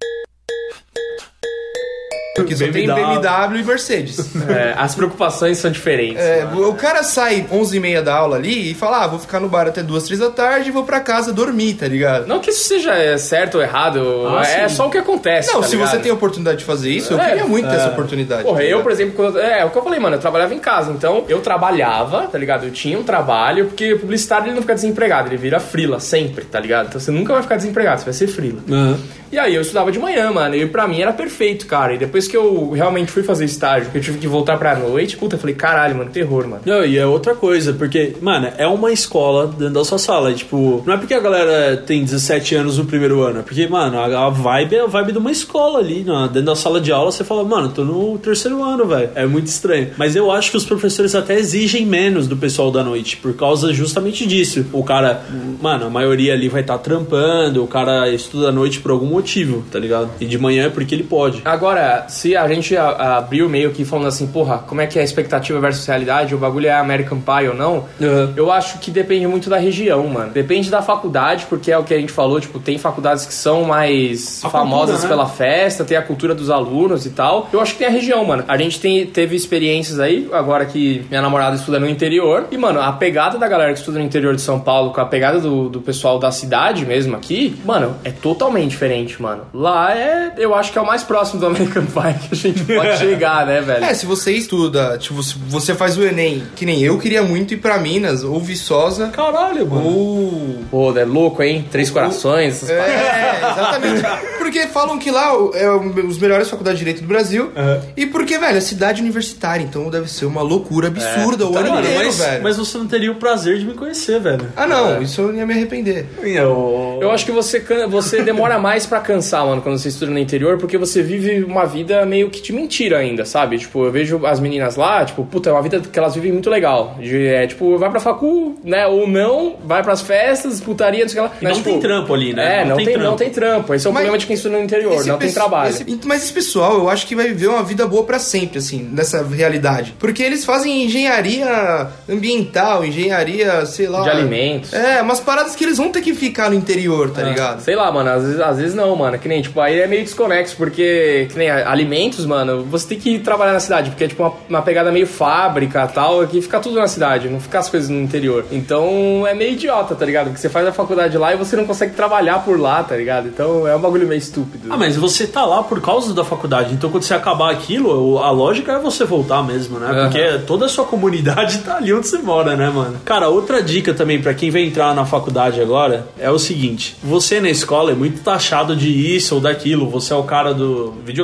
Porque só tem B M W e Mercedes. É, as preocupações são diferentes. É, o cara sai onze e meia da aula ali e fala, ah, vou ficar no bar até duas, três da tarde e vou pra casa dormir, tá ligado? Não que isso seja certo ou errado, ah, é sim. só o que acontece, Não, tá se ligado? você tem a oportunidade de fazer isso, eu é, queria muito é. ter essa oportunidade. Porra, tá eu, por exemplo, quando, é, é o que eu falei, mano, eu trabalhava em casa, então eu trabalhava, tá ligado? Eu tinha um trabalho, porque o publicitário ele não fica desempregado, ele vira frila sempre, tá ligado? Então você nunca vai ficar desempregado, você vai ser frila. Uhum. E aí eu estudava de manhã, mano, e pra mim era perfeito, cara. E depois que eu realmente fui fazer estágio, que eu tive que voltar pra noite, puta, eu falei, caralho, mano, terror, mano. Não, e é outra coisa, porque, mano, é uma escola dentro da sua sala, e, tipo, não é porque a galera tem dezessete anos no primeiro ano, é porque, mano, a, a vibe é a vibe de uma escola ali, né? Dentro da sala de aula, você fala, mano, tô no terceiro ano, velho. É muito estranho. Mas eu acho que os professores até exigem menos do pessoal da noite, por causa justamente disso. O cara, mano, a maioria ali vai estar tá trampando, o cara estuda à noite por algum motivo, tá ligado? E de manhã é porque ele pode. Agora, se a gente a, a abriu meio que falando assim, porra, como é que é a expectativa versus realidade, o bagulho é American Pie ou não, uhum. eu acho que depende muito da região, mano. Depende da faculdade, porque é o que a gente falou, tipo, tem faculdades que são mais a famosas cultura, né? pela festa, tem a cultura dos alunos e tal. Eu acho que tem a região, mano. A gente tem, teve experiências aí, agora que minha namorada estuda no interior, e, mano, a pegada da galera que estuda no interior de São Paulo com a pegada do, do pessoal da cidade mesmo aqui, mano, é totalmente diferente, mano. Lá é, eu acho que é o mais próximo do American Pie que a gente pode chegar, né, velho? É, se você estuda, tipo, se você faz o Enem, que nem eu queria muito ir pra Minas, ou Viçosa. Caralho, mano. Ou... Pô, é louco, hein? Três ou... Corações. É, exatamente. Porque falam que lá é os melhores faculdades de Direito do Brasil. Uhum. E porque, velho, é cidade universitária, então deve ser uma loucura absurda é. o tá, ano mano, inteiro, mas, velho. Mas você não teria o prazer de me conhecer, velho. Ah, não. É. Isso eu ia me arrepender. Eu, eu acho que você, você demora mais pra cansar, mano, quando você estuda no interior, porque você vive uma vida meio que de mentira ainda, sabe? Tipo, eu vejo as meninas lá, tipo, puta, é uma vida que elas vivem muito legal. De, é, tipo, vai pra facu, né? Ou não, vai pras festas, putaria, não sei o que lá. Mas, não tipo, tem trampo ali, né? É, não, não, tem, tem, não tem trampo. Esse é o mas, problema de quem estuda no interior, não tem trabalho. Esse, mas esse pessoal, eu acho que vai viver uma vida boa pra sempre, assim, nessa realidade. Porque eles fazem engenharia ambiental, engenharia, sei lá... De alimentos. É, umas paradas que eles vão ter que ficar no interior, tá é. ligado? Sei lá, mano, às vezes, às vezes não, mano. Que nem, tipo, aí é meio desconexo, porque, que nem alimentos, mano, você tem que trabalhar na cidade, porque é, tipo, uma, uma pegada meio fábrica e tal, que fica tudo na cidade, não fica as coisas no interior. Então, é meio idiota, tá ligado? Porque você faz a faculdade lá e você não consegue trabalhar por lá, tá ligado? Então, é um bagulho meio estúpido. Ah, mas você tá lá por causa da faculdade, então quando você acabar aquilo, a lógica é você voltar mesmo, né? Uhum. Porque toda a sua comunidade tá ali onde você mora, né, mano? Cara, outra dica também pra quem vai entrar na faculdade agora é o seguinte: você na escola é muito taxado de isso ou daquilo, você é o cara do videogame,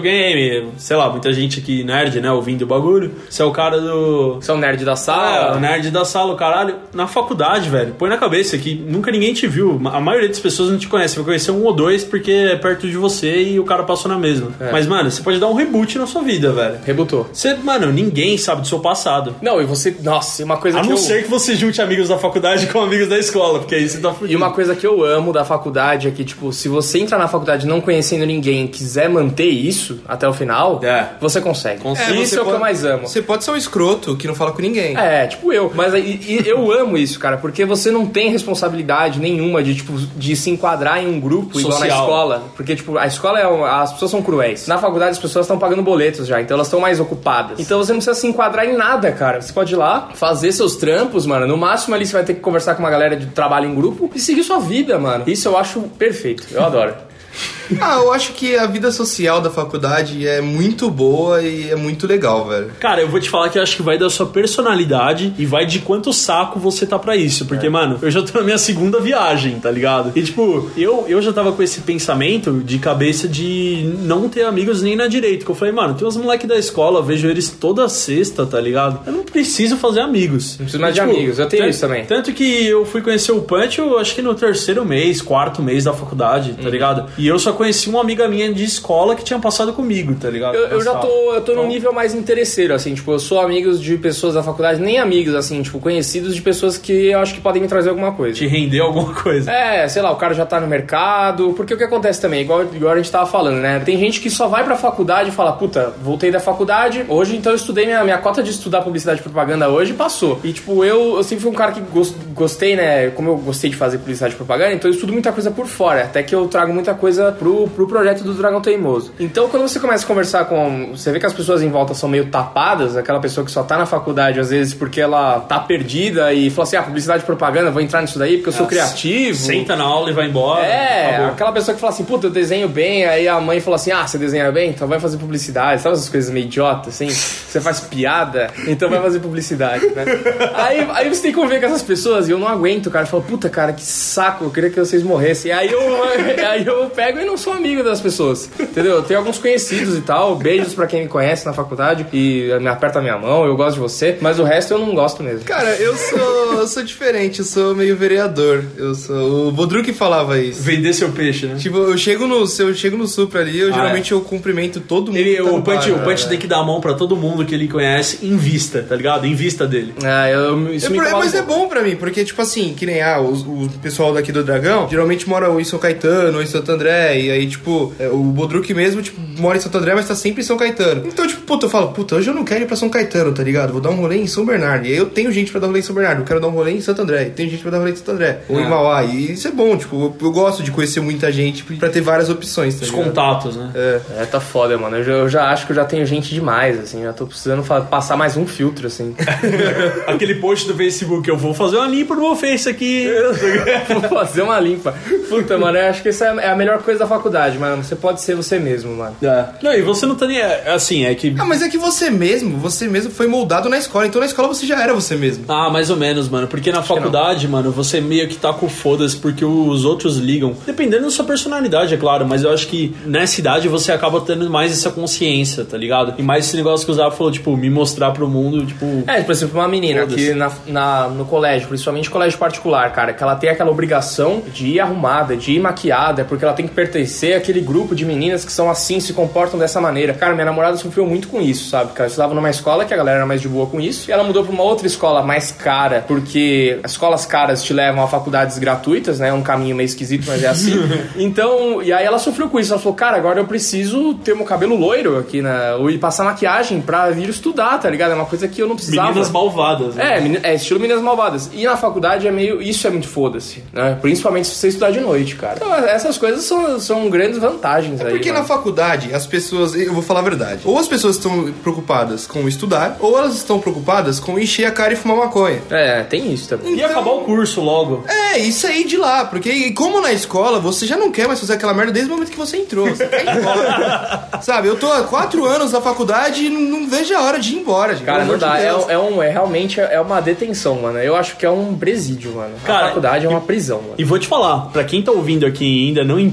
nem, sei lá, muita gente aqui nerd, né, ouvindo o bagulho. Você é o cara do... Você é o nerd da sala? É, o nerd da sala, o caralho. Na faculdade, velho, põe na cabeça que nunca ninguém te viu. A maioria das pessoas não te conhece. Vai conhecer um ou dois porque é perto de você e o cara passou na mesma. É. Mas, mano, você pode dar um reboot na sua vida, velho. Rebutou. Você, mano, ninguém sabe do seu passado. Não, e você... Nossa, uma coisa a que não eu... ser que você junte amigos da faculdade com amigos da escola, porque aí você tá fudido. E uma coisa que eu amo da faculdade é que, tipo, se você entrar na faculdade não conhecendo ninguém e quiser manter isso até o final, é. você consegue. consegue. É, isso é o pode, que eu mais amo. Você pode ser um escroto que não fala com ninguém. É, tipo eu. Mas e, e eu amo isso, cara, porque você não tem responsabilidade nenhuma de, tipo, de se enquadrar em um grupo social. Igual na escola. Porque, tipo, a escola é... Uma, as pessoas são cruéis. Na faculdade as pessoas estão pagando boletos já, então elas estão mais ocupadas. Então você não precisa se enquadrar em nada, cara. Você pode ir lá, fazer seus trampos, mano. No máximo ali você vai ter que conversar com uma galera de trabalho em grupo e seguir sua vida, mano. Isso eu acho perfeito. Eu adoro. Ah, eu acho que a vida social da faculdade é muito boa e é muito legal, velho. Cara, eu vou te falar que eu acho que vai da sua personalidade e vai de quanto saco você tá pra isso. Porque, é. mano, eu já tô na minha segunda viagem, tá ligado? E, tipo, eu, eu já tava com esse pensamento de cabeça de não ter amigos nem na direita. Que eu falei, mano, tem uns moleques da escola, eu vejo eles toda sexta, tá ligado? Eu não preciso fazer amigos. Não preciso mais e, de tipo, amigos, eu tenho tanto, isso também. Tanto que eu fui conhecer o Punch, eu acho que no terceiro mês, quarto mês da faculdade, tá hum. ligado? E eu só conheci uma amiga minha de escola que tinha passado comigo, tá ligado? Eu, eu já tô, eu tô num nível mais interesseiro, assim, tipo, eu sou amigos de pessoas da faculdade, nem amigos, assim, tipo, conhecidos de pessoas que eu acho que podem me trazer alguma coisa. Te render alguma coisa. É, sei lá, o cara já tá no mercado, porque o que acontece também, igual, igual a gente tava falando, né? Tem gente que só vai pra faculdade e fala, puta, voltei da faculdade, hoje então eu estudei, minha, minha cota de estudar publicidade e propaganda hoje passou. E, tipo, eu, eu sempre fui um cara que gost, gostei, né? Como eu gostei de fazer publicidade e propaganda, então eu estudo muita coisa por fora, até que eu trago muita coisa pro, pro projeto do Dragão Teimoso. Então, quando você começa a conversar com... Você vê que as pessoas em volta são meio tapadas, aquela pessoa que só tá na faculdade, às vezes, porque ela tá perdida e fala assim, ah, publicidade e propaganda, vou entrar nisso daí porque eu sou criativo. Senta na aula e vai embora. É, acabou. Aquela pessoa que fala assim, puta, eu desenho bem, aí a mãe fala assim, ah, você desenha bem? Então vai fazer publicidade. Sabe essas coisas meio idiotas, assim? Você faz piada, então vai fazer publicidade, né? aí, aí você tem que conviver com essas pessoas e eu não aguento, cara. Eu falo, puta, cara, que saco, eu queria que vocês morressem. E aí eu, aí eu pego e não sou amigo das pessoas, entendeu? Eu tenho alguns conhecidos e tal, beijos pra quem me conhece na faculdade e me aperta a minha mão, eu gosto de você, mas o resto eu não gosto mesmo. Cara, eu sou, eu sou diferente, eu sou meio vereador. Eu sou... O Bodruk falava isso. Vender seu peixe, né? Tipo, eu chego no, se eu chego no Supra ali, eu ah, geralmente é. eu cumprimento todo mundo. Ele, tá o Punch, bar, o Punch é. tem que dar a mão pra todo mundo que ele conhece em vista, tá ligado? Em vista dele. Ah, eu, isso eu, me Mas incomoda. é bom pra mim, porque, tipo assim, que nem ah, o, o pessoal daqui do Dragão, geralmente mora ou em São Caetano ou em Santo André, e aí, tipo, o Bodruk mesmo, tipo, mora em Santo André, mas tá sempre em São Caetano. Então, tipo, puta, eu falo, puta, hoje eu não quero ir pra São Caetano, tá ligado? Vou dar um rolê em São Bernardo. E aí eu tenho gente pra dar rolê em São Bernardo, eu quero dar um rolê em Santo André, e tenho gente pra dar rolê em Santo André, ou é. em Mauá. E isso é bom, tipo, eu, eu gosto de conhecer muita gente pra ter várias opções, tá Os ligado? contatos, né? É. É, tá foda, mano. Eu já, eu já acho que eu já tenho gente demais, assim. Já tô precisando fa- passar mais um filtro, assim. Aquele post do Facebook, eu vou fazer uma limpa no meu Face aqui. Vou fazer uma limpa. Puta, mano, eu acho que essa é a melhor coisa da faculdade, mano. Você pode ser você mesmo, mano. É. Não, e você não tá nem... Assim, é que... Ah, mas é que você mesmo, você mesmo foi moldado na escola. Então na escola você já era você mesmo. Ah, mais ou menos, mano. Porque na faculdade, mano, você meio que tá com foda-se porque os outros ligam. Dependendo da sua personalidade, é claro. Mas eu acho que nessa idade você acaba tendo mais essa consciência, tá ligado? E mais esse negócio que o Zap falou, tipo, me mostrar pro mundo, tipo... É, por exemplo, uma menina que na, na, no colégio, principalmente colégio particular, cara, que ela tem aquela obrigação de ir arrumada, de ir maquiada, porque ela tem que pertencer àquele grupo de meninas que são assim, se comportam dessa maneira. Cara, minha namorada sofreu muito com isso, sabe? Porque ela estudava numa escola que a galera era mais de boa com isso, e ela mudou pra uma outra escola mais cara, porque as escolas caras te levam a faculdades gratuitas, né? É um caminho meio esquisito, mas é assim. Então, e aí ela sofreu com isso. Ela falou, cara, agora eu preciso ter meu cabelo loiro aqui, né? Ou ir passar maquiagem pra vir estudar, tá ligado? É uma coisa que eu não precisava. Meninas malvadas, né? É, é estilo Meninas Malvadas. E na faculdade é meio... Isso é muito foda-se, né? Principalmente se você estudar de noite, cara. Então essas coisas são, são grandes vantagens é aí. Porque mano. na faculdade as pessoas... Eu vou falar a verdade. Ou as pessoas estão preocupadas com estudar, ou elas estão preocupadas com encher a cara e fumar maconha. É, tem isso também. E acabar o curso logo. É, isso aí de lá. Porque como na escola você já não quer mais fazer aquela merda desde o momento que você entrou. Você quer ir embora. Sabe, eu tô há quatro anos na faculdade e não, não vejo a hora de ir embora, gente. Cara, não dá. De é, é, um, é realmente é uma detenção, mano. Eu acho que é um presídio, mano. Cara, a faculdade é uma prisão, mano. E vou te falar, pra quem tá ouvindo aqui e ainda não entrou, mano,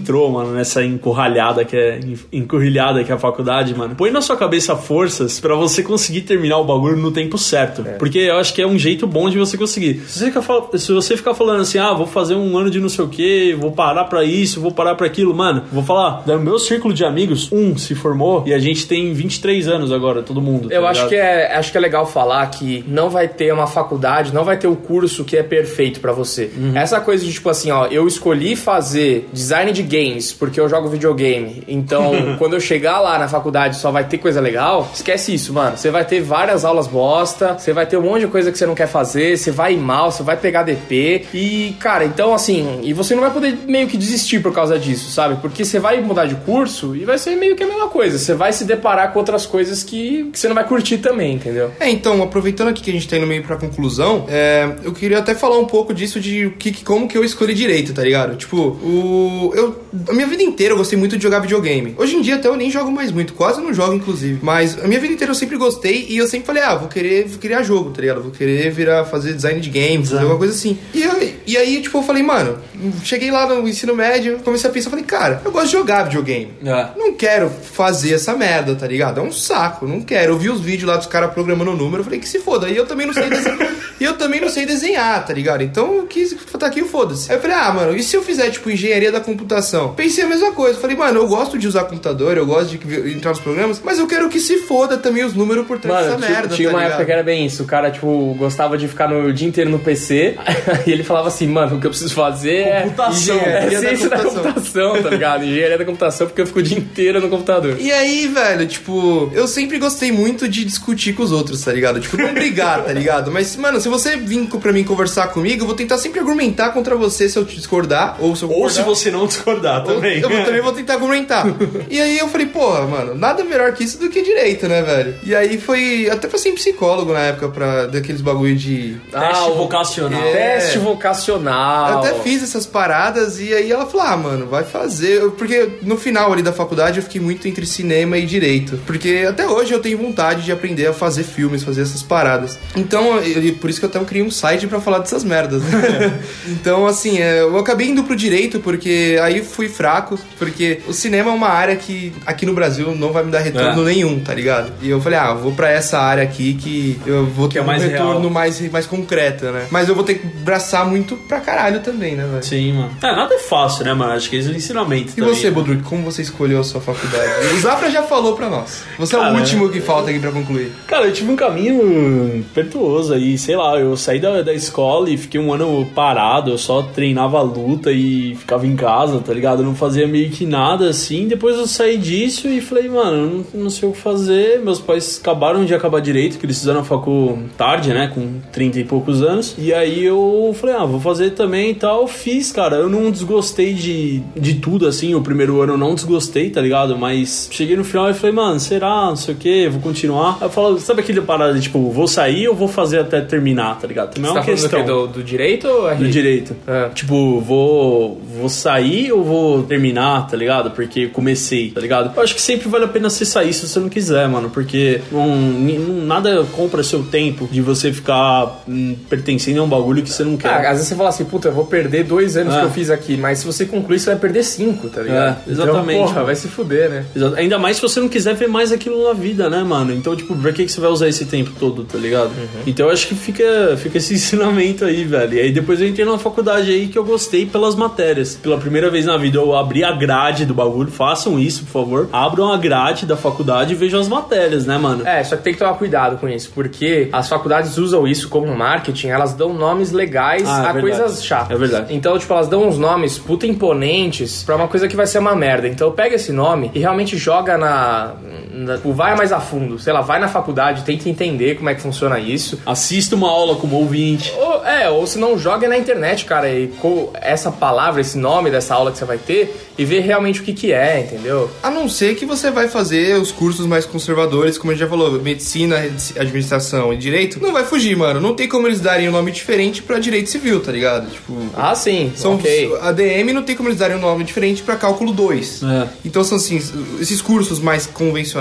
mano, nessa encurralhada que é encurrilhada que é a faculdade, mano. Põe na sua cabeça forças pra você conseguir terminar o bagulho no tempo certo. É. Porque eu acho que é um jeito bom de você conseguir. Se você, ficar, se você ficar falando assim, ah, vou fazer um ano de não sei o que, vou parar pra isso, vou parar pra aquilo, mano, vou falar, do meu círculo de amigos, um se formou e a gente tem vinte e três anos agora, todo mundo. Tá eu ligado? acho que, é, acho que é legal falar que não vai ter uma faculdade, não vai ter o curso que é perfeito pra você. Uhum. Essa coisa de tipo assim, ó, eu escolhi fazer design de games porque eu jogo videogame, então quando eu chegar lá na faculdade só vai ter coisa legal, esquece isso, mano. Você vai ter várias aulas bosta, você vai ter um monte de coisa que você não quer fazer, você vai ir mal, você vai pegar D P e, cara, então assim, e você não vai poder meio que desistir por causa disso, sabe? Porque você vai mudar de curso e vai ser meio que a mesma coisa. Você vai se deparar com outras coisas que, que você não vai curtir também, entendeu? É, então, aproveitando aqui que a gente tá indo meio pra conclusão, é, eu queria até falar um pouco disso de que, como que eu escolhi direito, tá ligado? Tipo, o, eu, a minha vida inteira eu gostei muito de jogar videogame. Hoje em dia até eu nem jogo mais muito, quase não jogo, inclusive. Mas a minha vida inteira eu sempre gostei e eu sempre falei, ah, vou querer vou criar jogo, tá ligado? Vou querer virar, fazer design de games, fazer alguma coisa assim. E, eu, e aí, tipo, eu falei, mano, cheguei lá no ensino médio, comecei a pensar, falei, cara, eu gosto de jogar videogame. É. Não quero fazer essa merda, tá ligado? É um saco, não quero. Eu vi os vídeos lá dos caras programando o número, eu falei que se foda. E eu também não sei desenhar. E eu também não sei desenhar, tá ligado? Então eu quis tá aqui, foda-se. Aí eu falei, ah, mano, e se eu fizer, tipo, engenharia da computação? Pensei a mesma coisa. Falei, mano, eu gosto de usar computador, eu gosto de entrar nos programas, mas eu quero que se foda também os números por trás dessa merda, tinha tá uma ligado? época que era bem isso. O cara, tipo, gostava de ficar no dia inteiro no P C e ele falava assim, mano, o que eu preciso fazer computação, é, é ciência da computação. da computação, tá ligado? Engenharia da computação, porque eu fico o dia inteiro no computador. E aí, velho, tipo, eu sempre gostei muito de discutir com os outros, tá ligado? Tipo, não brigar, tá ligado? Mas, mano, se você vir pra mim conversar comigo, eu vou tentar sempre argumentar contra você se eu te discordar, ou se eu Ou se você não discordar também. Eu também vou tentar argumentar. E aí eu falei, porra, mano, nada melhor que isso do que direito, né, velho? E aí foi, até passei em psicólogo na época, pra daqueles bagulho de... Ah, teste vocacional. É. Teste vocacional. Eu até fiz essas paradas e aí ela falou, ah, mano, vai fazer. Porque no final ali da faculdade eu fiquei muito entre cinema e direito. Porque até hoje eu tenho vontade de aprender a fazer filmes, fazer essas paradas. Então, eu, por isso que eu até criei um site pra falar dessas merdas, né? Então, assim, eu acabei indo pro direito porque aí fui fraco, porque o cinema é uma área que aqui no Brasil não vai me dar retorno é. nenhum, tá ligado? E eu falei, ah, vou pra essa área aqui que eu vou ter que é um mais retorno mais, mais concreto, né? Mas eu vou ter que braçar muito pra caralho também, né, velho? Sim, mano. É, nada é fácil, né, mano? Acho que isso é um ensinamento E também, você, né? Bodruk, como você escolheu a sua faculdade? O Zafra já falou pra nós. Você cara, é o último que falta aqui pra concluir. Cara, eu tive um caminho pertuoso aí, sei lá, eu saí da, da escola e fiquei um ano parado, eu só treinava luta e ficava em casa, tá ligado? Eu não fazia meio que nada assim. Depois eu saí disso e falei, mano, não, não sei o que fazer. Meus pais acabaram de acabar direito, que eles fizeram a facu tarde, né? Com trinta e poucos anos. E aí eu falei, ah, vou fazer também e tal. Fiz, cara. Eu não desgostei de, de tudo, assim. O primeiro ano eu não desgostei, tá ligado? Mas cheguei no final e falei, mano, será? Não sei o que, vou continuar. Aí eu falo, sabe aquele parada de tipo, vou sair ou vou fazer até terminar, tá ligado? Também é uma Você tá questão. Do, do direito ou do direito? É. Tipo, vou, vou sair ou vou terminar, tá ligado? Porque comecei, tá ligado? Eu acho que sempre vale a pena você sair se você não quiser, mano. Porque não, não, nada compra seu tempo de você ficar hum, pertencendo a um bagulho que você não quer. Ah, às vezes você fala assim, puta, eu vou perder dois anos é. que eu fiz aqui, mas se você concluir, você vai perder cinco, tá ligado? É, exatamente. Então, porra, vai se fuder, né? Exato. Ainda mais se você não quiser ver mais aquilo na vida, né, mano? Então, tipo, pra que, que você vai usar esse tempo todo, tá ligado? Uhum. Então eu acho que fica, fica esse ensinamento aí, velho. E aí depois eu entrei numa faculdade aí que eu gostei pelas matérias. Pela primeira vez na vida eu abri a grade do bagulho. Façam isso, por favor. Abram a grade da faculdade e vejam as matérias, né, mano? É, só que tem que tomar cuidado com isso, porque as faculdades usam isso como marketing, elas dão nomes legais ah, é a coisas chatas. É verdade. Então, tipo, elas dão uns nomes puta imponentes pra uma coisa que vai ser uma merda. Então pega esse nome e realmente joga na... na vai mais a fundo. Sei lá, vai na faculdade, tenta entender como é que funciona isso. Assista uma aula como ouvinte. Ou, é, ou se não, joga na internet, cara, e com essa palavra, esse nome dessa aula que você vai ter e ver realmente o que que é, entendeu? A não ser que você vai fazer os cursos mais conservadores, como a gente já falou, medicina, administração e direito, não vai fugir, mano. Não tem como eles darem um nome diferente pra direito civil, tá ligado? Tipo... Ah, sim, são, ok. A D M não tem como eles darem um nome diferente pra cálculo dois. É. Então são assim, esses cursos mais convencionais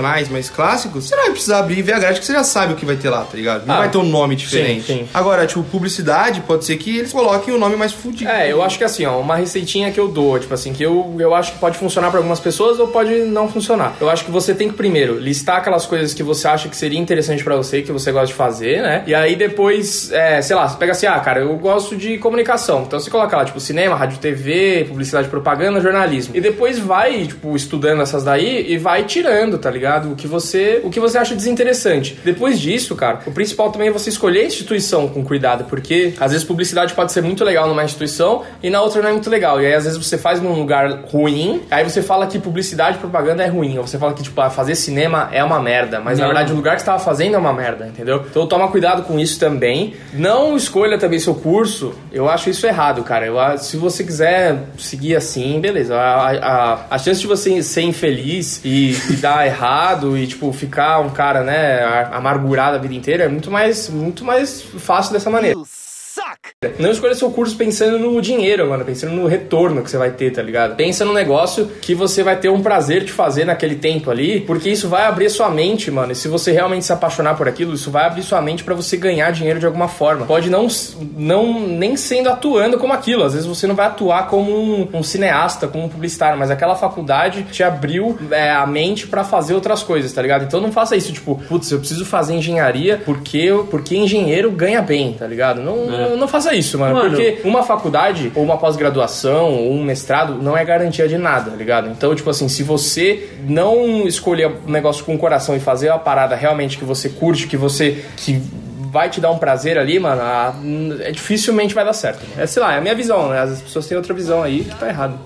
tradicionais, mais clássicos, você não vai precisar abrir e ver a grade que você já sabe o que vai ter lá, tá ligado? Não ah, vai ter um nome diferente. Sim, sim. Agora, tipo, publicidade, pode ser que eles coloquem o um nome mais fudido. É, eu acho que assim, ó, uma receitinha que eu dou, tipo assim, que eu, eu acho que pode funcionar pra algumas pessoas ou pode não funcionar. Eu acho que você tem que primeiro listar aquelas coisas que você acha que seria interessante pra você, que você gosta de fazer, né? E aí depois, é, sei lá, você pega assim, ah, cara, eu gosto de comunicação. Então você coloca lá, tipo, cinema, rádio, T V, publicidade, propaganda, jornalismo. E depois vai, tipo, estudando essas daí e vai tirando, tá ligado? O que você, o que você acha desinteressante. Depois disso, cara, o principal também é você escolher a instituição com cuidado, porque às vezes publicidade pode ser muito legal numa instituição e na outra não é muito legal. E aí às vezes você faz num lugar ruim, aí você fala que publicidade e propaganda é ruim. Ou você fala que, tipo, ah, fazer cinema é uma merda. Mas não. Na verdade o lugar que você tava fazendo é uma merda, entendeu? Então toma cuidado com isso também. Não escolha também seu curso. Eu acho isso errado, cara. Eu, se você quiser seguir assim, beleza. A, a, a chance de você ser infeliz e, e dar errado e, tipo, ficar um cara, né, amargurado a vida inteira é muito mais, muito mais fácil dessa maneira. Não escolha seu curso pensando no dinheiro, mano, pensando no retorno que você vai ter, tá ligado? Pensa no negócio que você vai ter um prazer de fazer naquele tempo ali, porque isso vai abrir sua mente, mano. E se você realmente se apaixonar por aquilo, isso vai abrir sua mente pra você ganhar dinheiro de alguma forma. Pode não, não nem sendo atuando como aquilo. Às vezes você não vai atuar como um, um cineasta, como um publicitário, mas aquela faculdade te abriu é, a mente pra fazer outras coisas, tá ligado? Então não faça isso, tipo, putz, eu preciso fazer engenharia porque, porque engenheiro ganha bem, tá ligado? Não, é. não, não faça isso, mano, mano, porque uma faculdade, ou uma pós-graduação, ou um mestrado, não é garantia de nada, tá ligado? Então, tipo assim, se você não escolher um negócio com o coração e fazer uma parada realmente que você curte, que você... que vai te dar um prazer ali, mano, a, é, dificilmente vai dar certo. Mano. É, sei lá, é a minha visão, né? As pessoas têm outra visão aí que tá errado.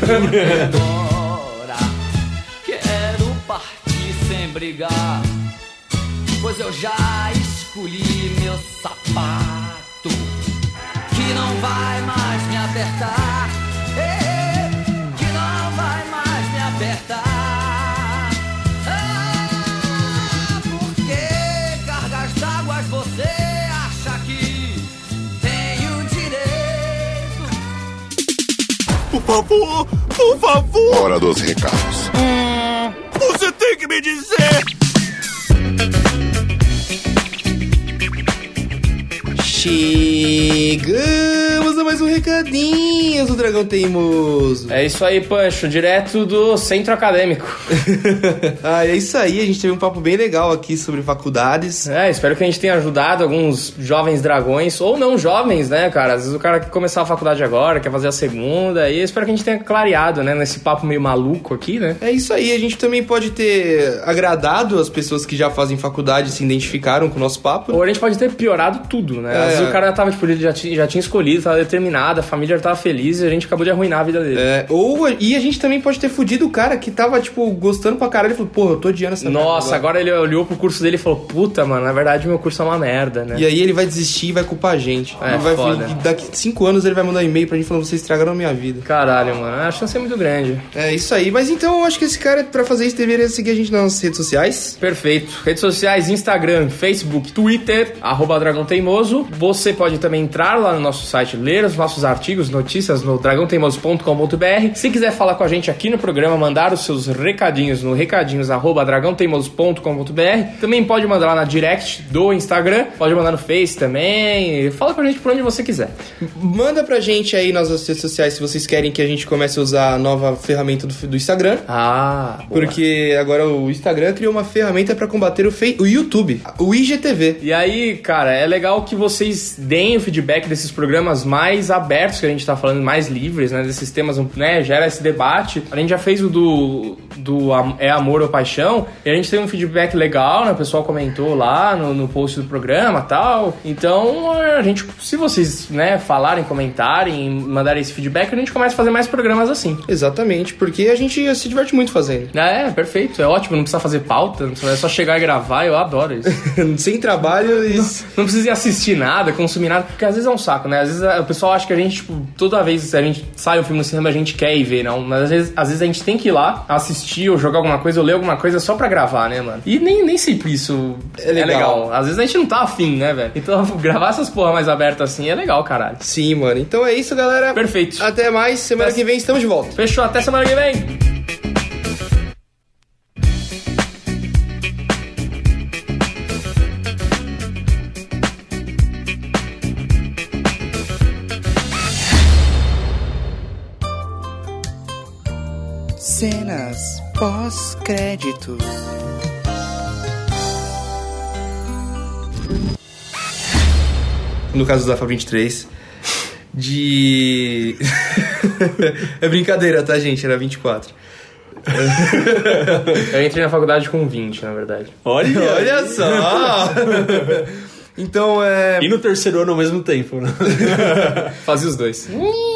Agora quero partir sem brigar, pois eu já escolhi meu sapato, que não vai mais me apertar, é, que não vai mais me apertar. Ah, porque cargas d'águas você acha que tem o direito? Por favor, por favor. Hora dos recados. Hum, você tem que me dizer. Chegamos a mais um recadinho do Dragão Teimoso. É isso aí, Pancho, direto do centro acadêmico. Ah, é isso aí, a gente teve um papo bem legal aqui sobre faculdades. É, espero que a gente tenha ajudado alguns jovens dragões, ou não jovens, né, cara? Às vezes o cara quer começar a faculdade agora, quer fazer a segunda, e eu espero que a gente tenha clareado, né, nesse papo meio maluco aqui, né? É isso aí, a gente também pode ter agradado as pessoas que já fazem faculdade e se identificaram com o nosso papo. Ou a gente pode ter piorado tudo, né? É. Às vezes o cara tava, tipo, ele já tinha, já tinha escolhido, tava determinado, a família já tava feliz e a gente acabou de arruinar a vida dele. É, ou, e a gente também pode ter fudido o cara que tava, tipo, gostando pra caralho e falou, porra, eu tô odiando essa merda. Nossa, agora ele olhou pro curso dele e falou, puta, mano, na verdade meu curso é uma merda, né? E aí ele vai desistir e vai culpar a gente. É, vai, foda. E daqui cinco anos ele vai mandar um e-mail pra gente falando, vocês estragaram a minha vida. Caralho, mano, a chance é muito grande. É, isso aí. Mas então eu acho que esse cara, pra fazer isso, deveria seguir a gente nas redes sociais. Perfeito. Redes sociais, Instagram, Facebook, Twitter, arroba Dragão Teimoso. Você pode também entrar lá no nosso site, ler os nossos artigos, notícias no dragão teimoso ponto com ponto b r. Se quiser falar com a gente aqui no programa, mandar os seus recadinhos no recadinhos arroba dragão teimoso ponto com ponto b r. Também pode mandar lá na direct do Instagram, pode mandar no Face também. Fala com a gente por onde você quiser. Manda pra gente aí nas redes sociais se vocês querem que a gente comece a usar a nova ferramenta do, do Instagram. Ah, boa. Porque agora o Instagram criou uma ferramenta pra combater o, fei- o YouTube, o I G T V. E aí, cara, é legal que vocês deem o feedback desses programas mais abertos que a gente tá falando, mais livres, né? Desses temas, né? Gera esse debate. A gente já fez o do, do É Amor ou Paixão e a gente teve um feedback legal, né? O pessoal comentou lá no, no post do programa e tal. Então, a gente, se vocês, né, falarem, comentarem, mandarem esse feedback, a gente começa a fazer mais programas assim. Exatamente, porque a gente se diverte muito fazendo. É, perfeito. É ótimo, não precisa fazer pauta, não precisa, é só chegar e gravar, eu adoro isso. Sem trabalho e... Não, não precisa assistir nada, consumir nada, porque às vezes é um saco, né? Às vezes o pessoal acha que a gente, tipo, toda vez a gente sai um filme no cinema, a gente quer ir ver, não. Mas às vezes, às vezes a gente tem que ir lá, assistir ou jogar alguma coisa ou ler alguma coisa só pra gravar, né, mano? E nem, nem sempre isso é legal. é legal. Às vezes a gente não tá afim, né, velho? Então gravar essas porra mais abertas assim é legal, caralho. Sim, mano. Então é isso, galera. Perfeito. Até mais. Semana até... que vem estamos de volta. Fechou. Até semana que vem. Cenas pós-créditos. No caso da F A vinte e três, de... é brincadeira, tá, gente? Era vinte e quatro. Eu entrei na faculdade com vinte, na verdade. Olha, olha só! Então, é... E no terceiro ano ao mesmo tempo, né? Fazia os dois.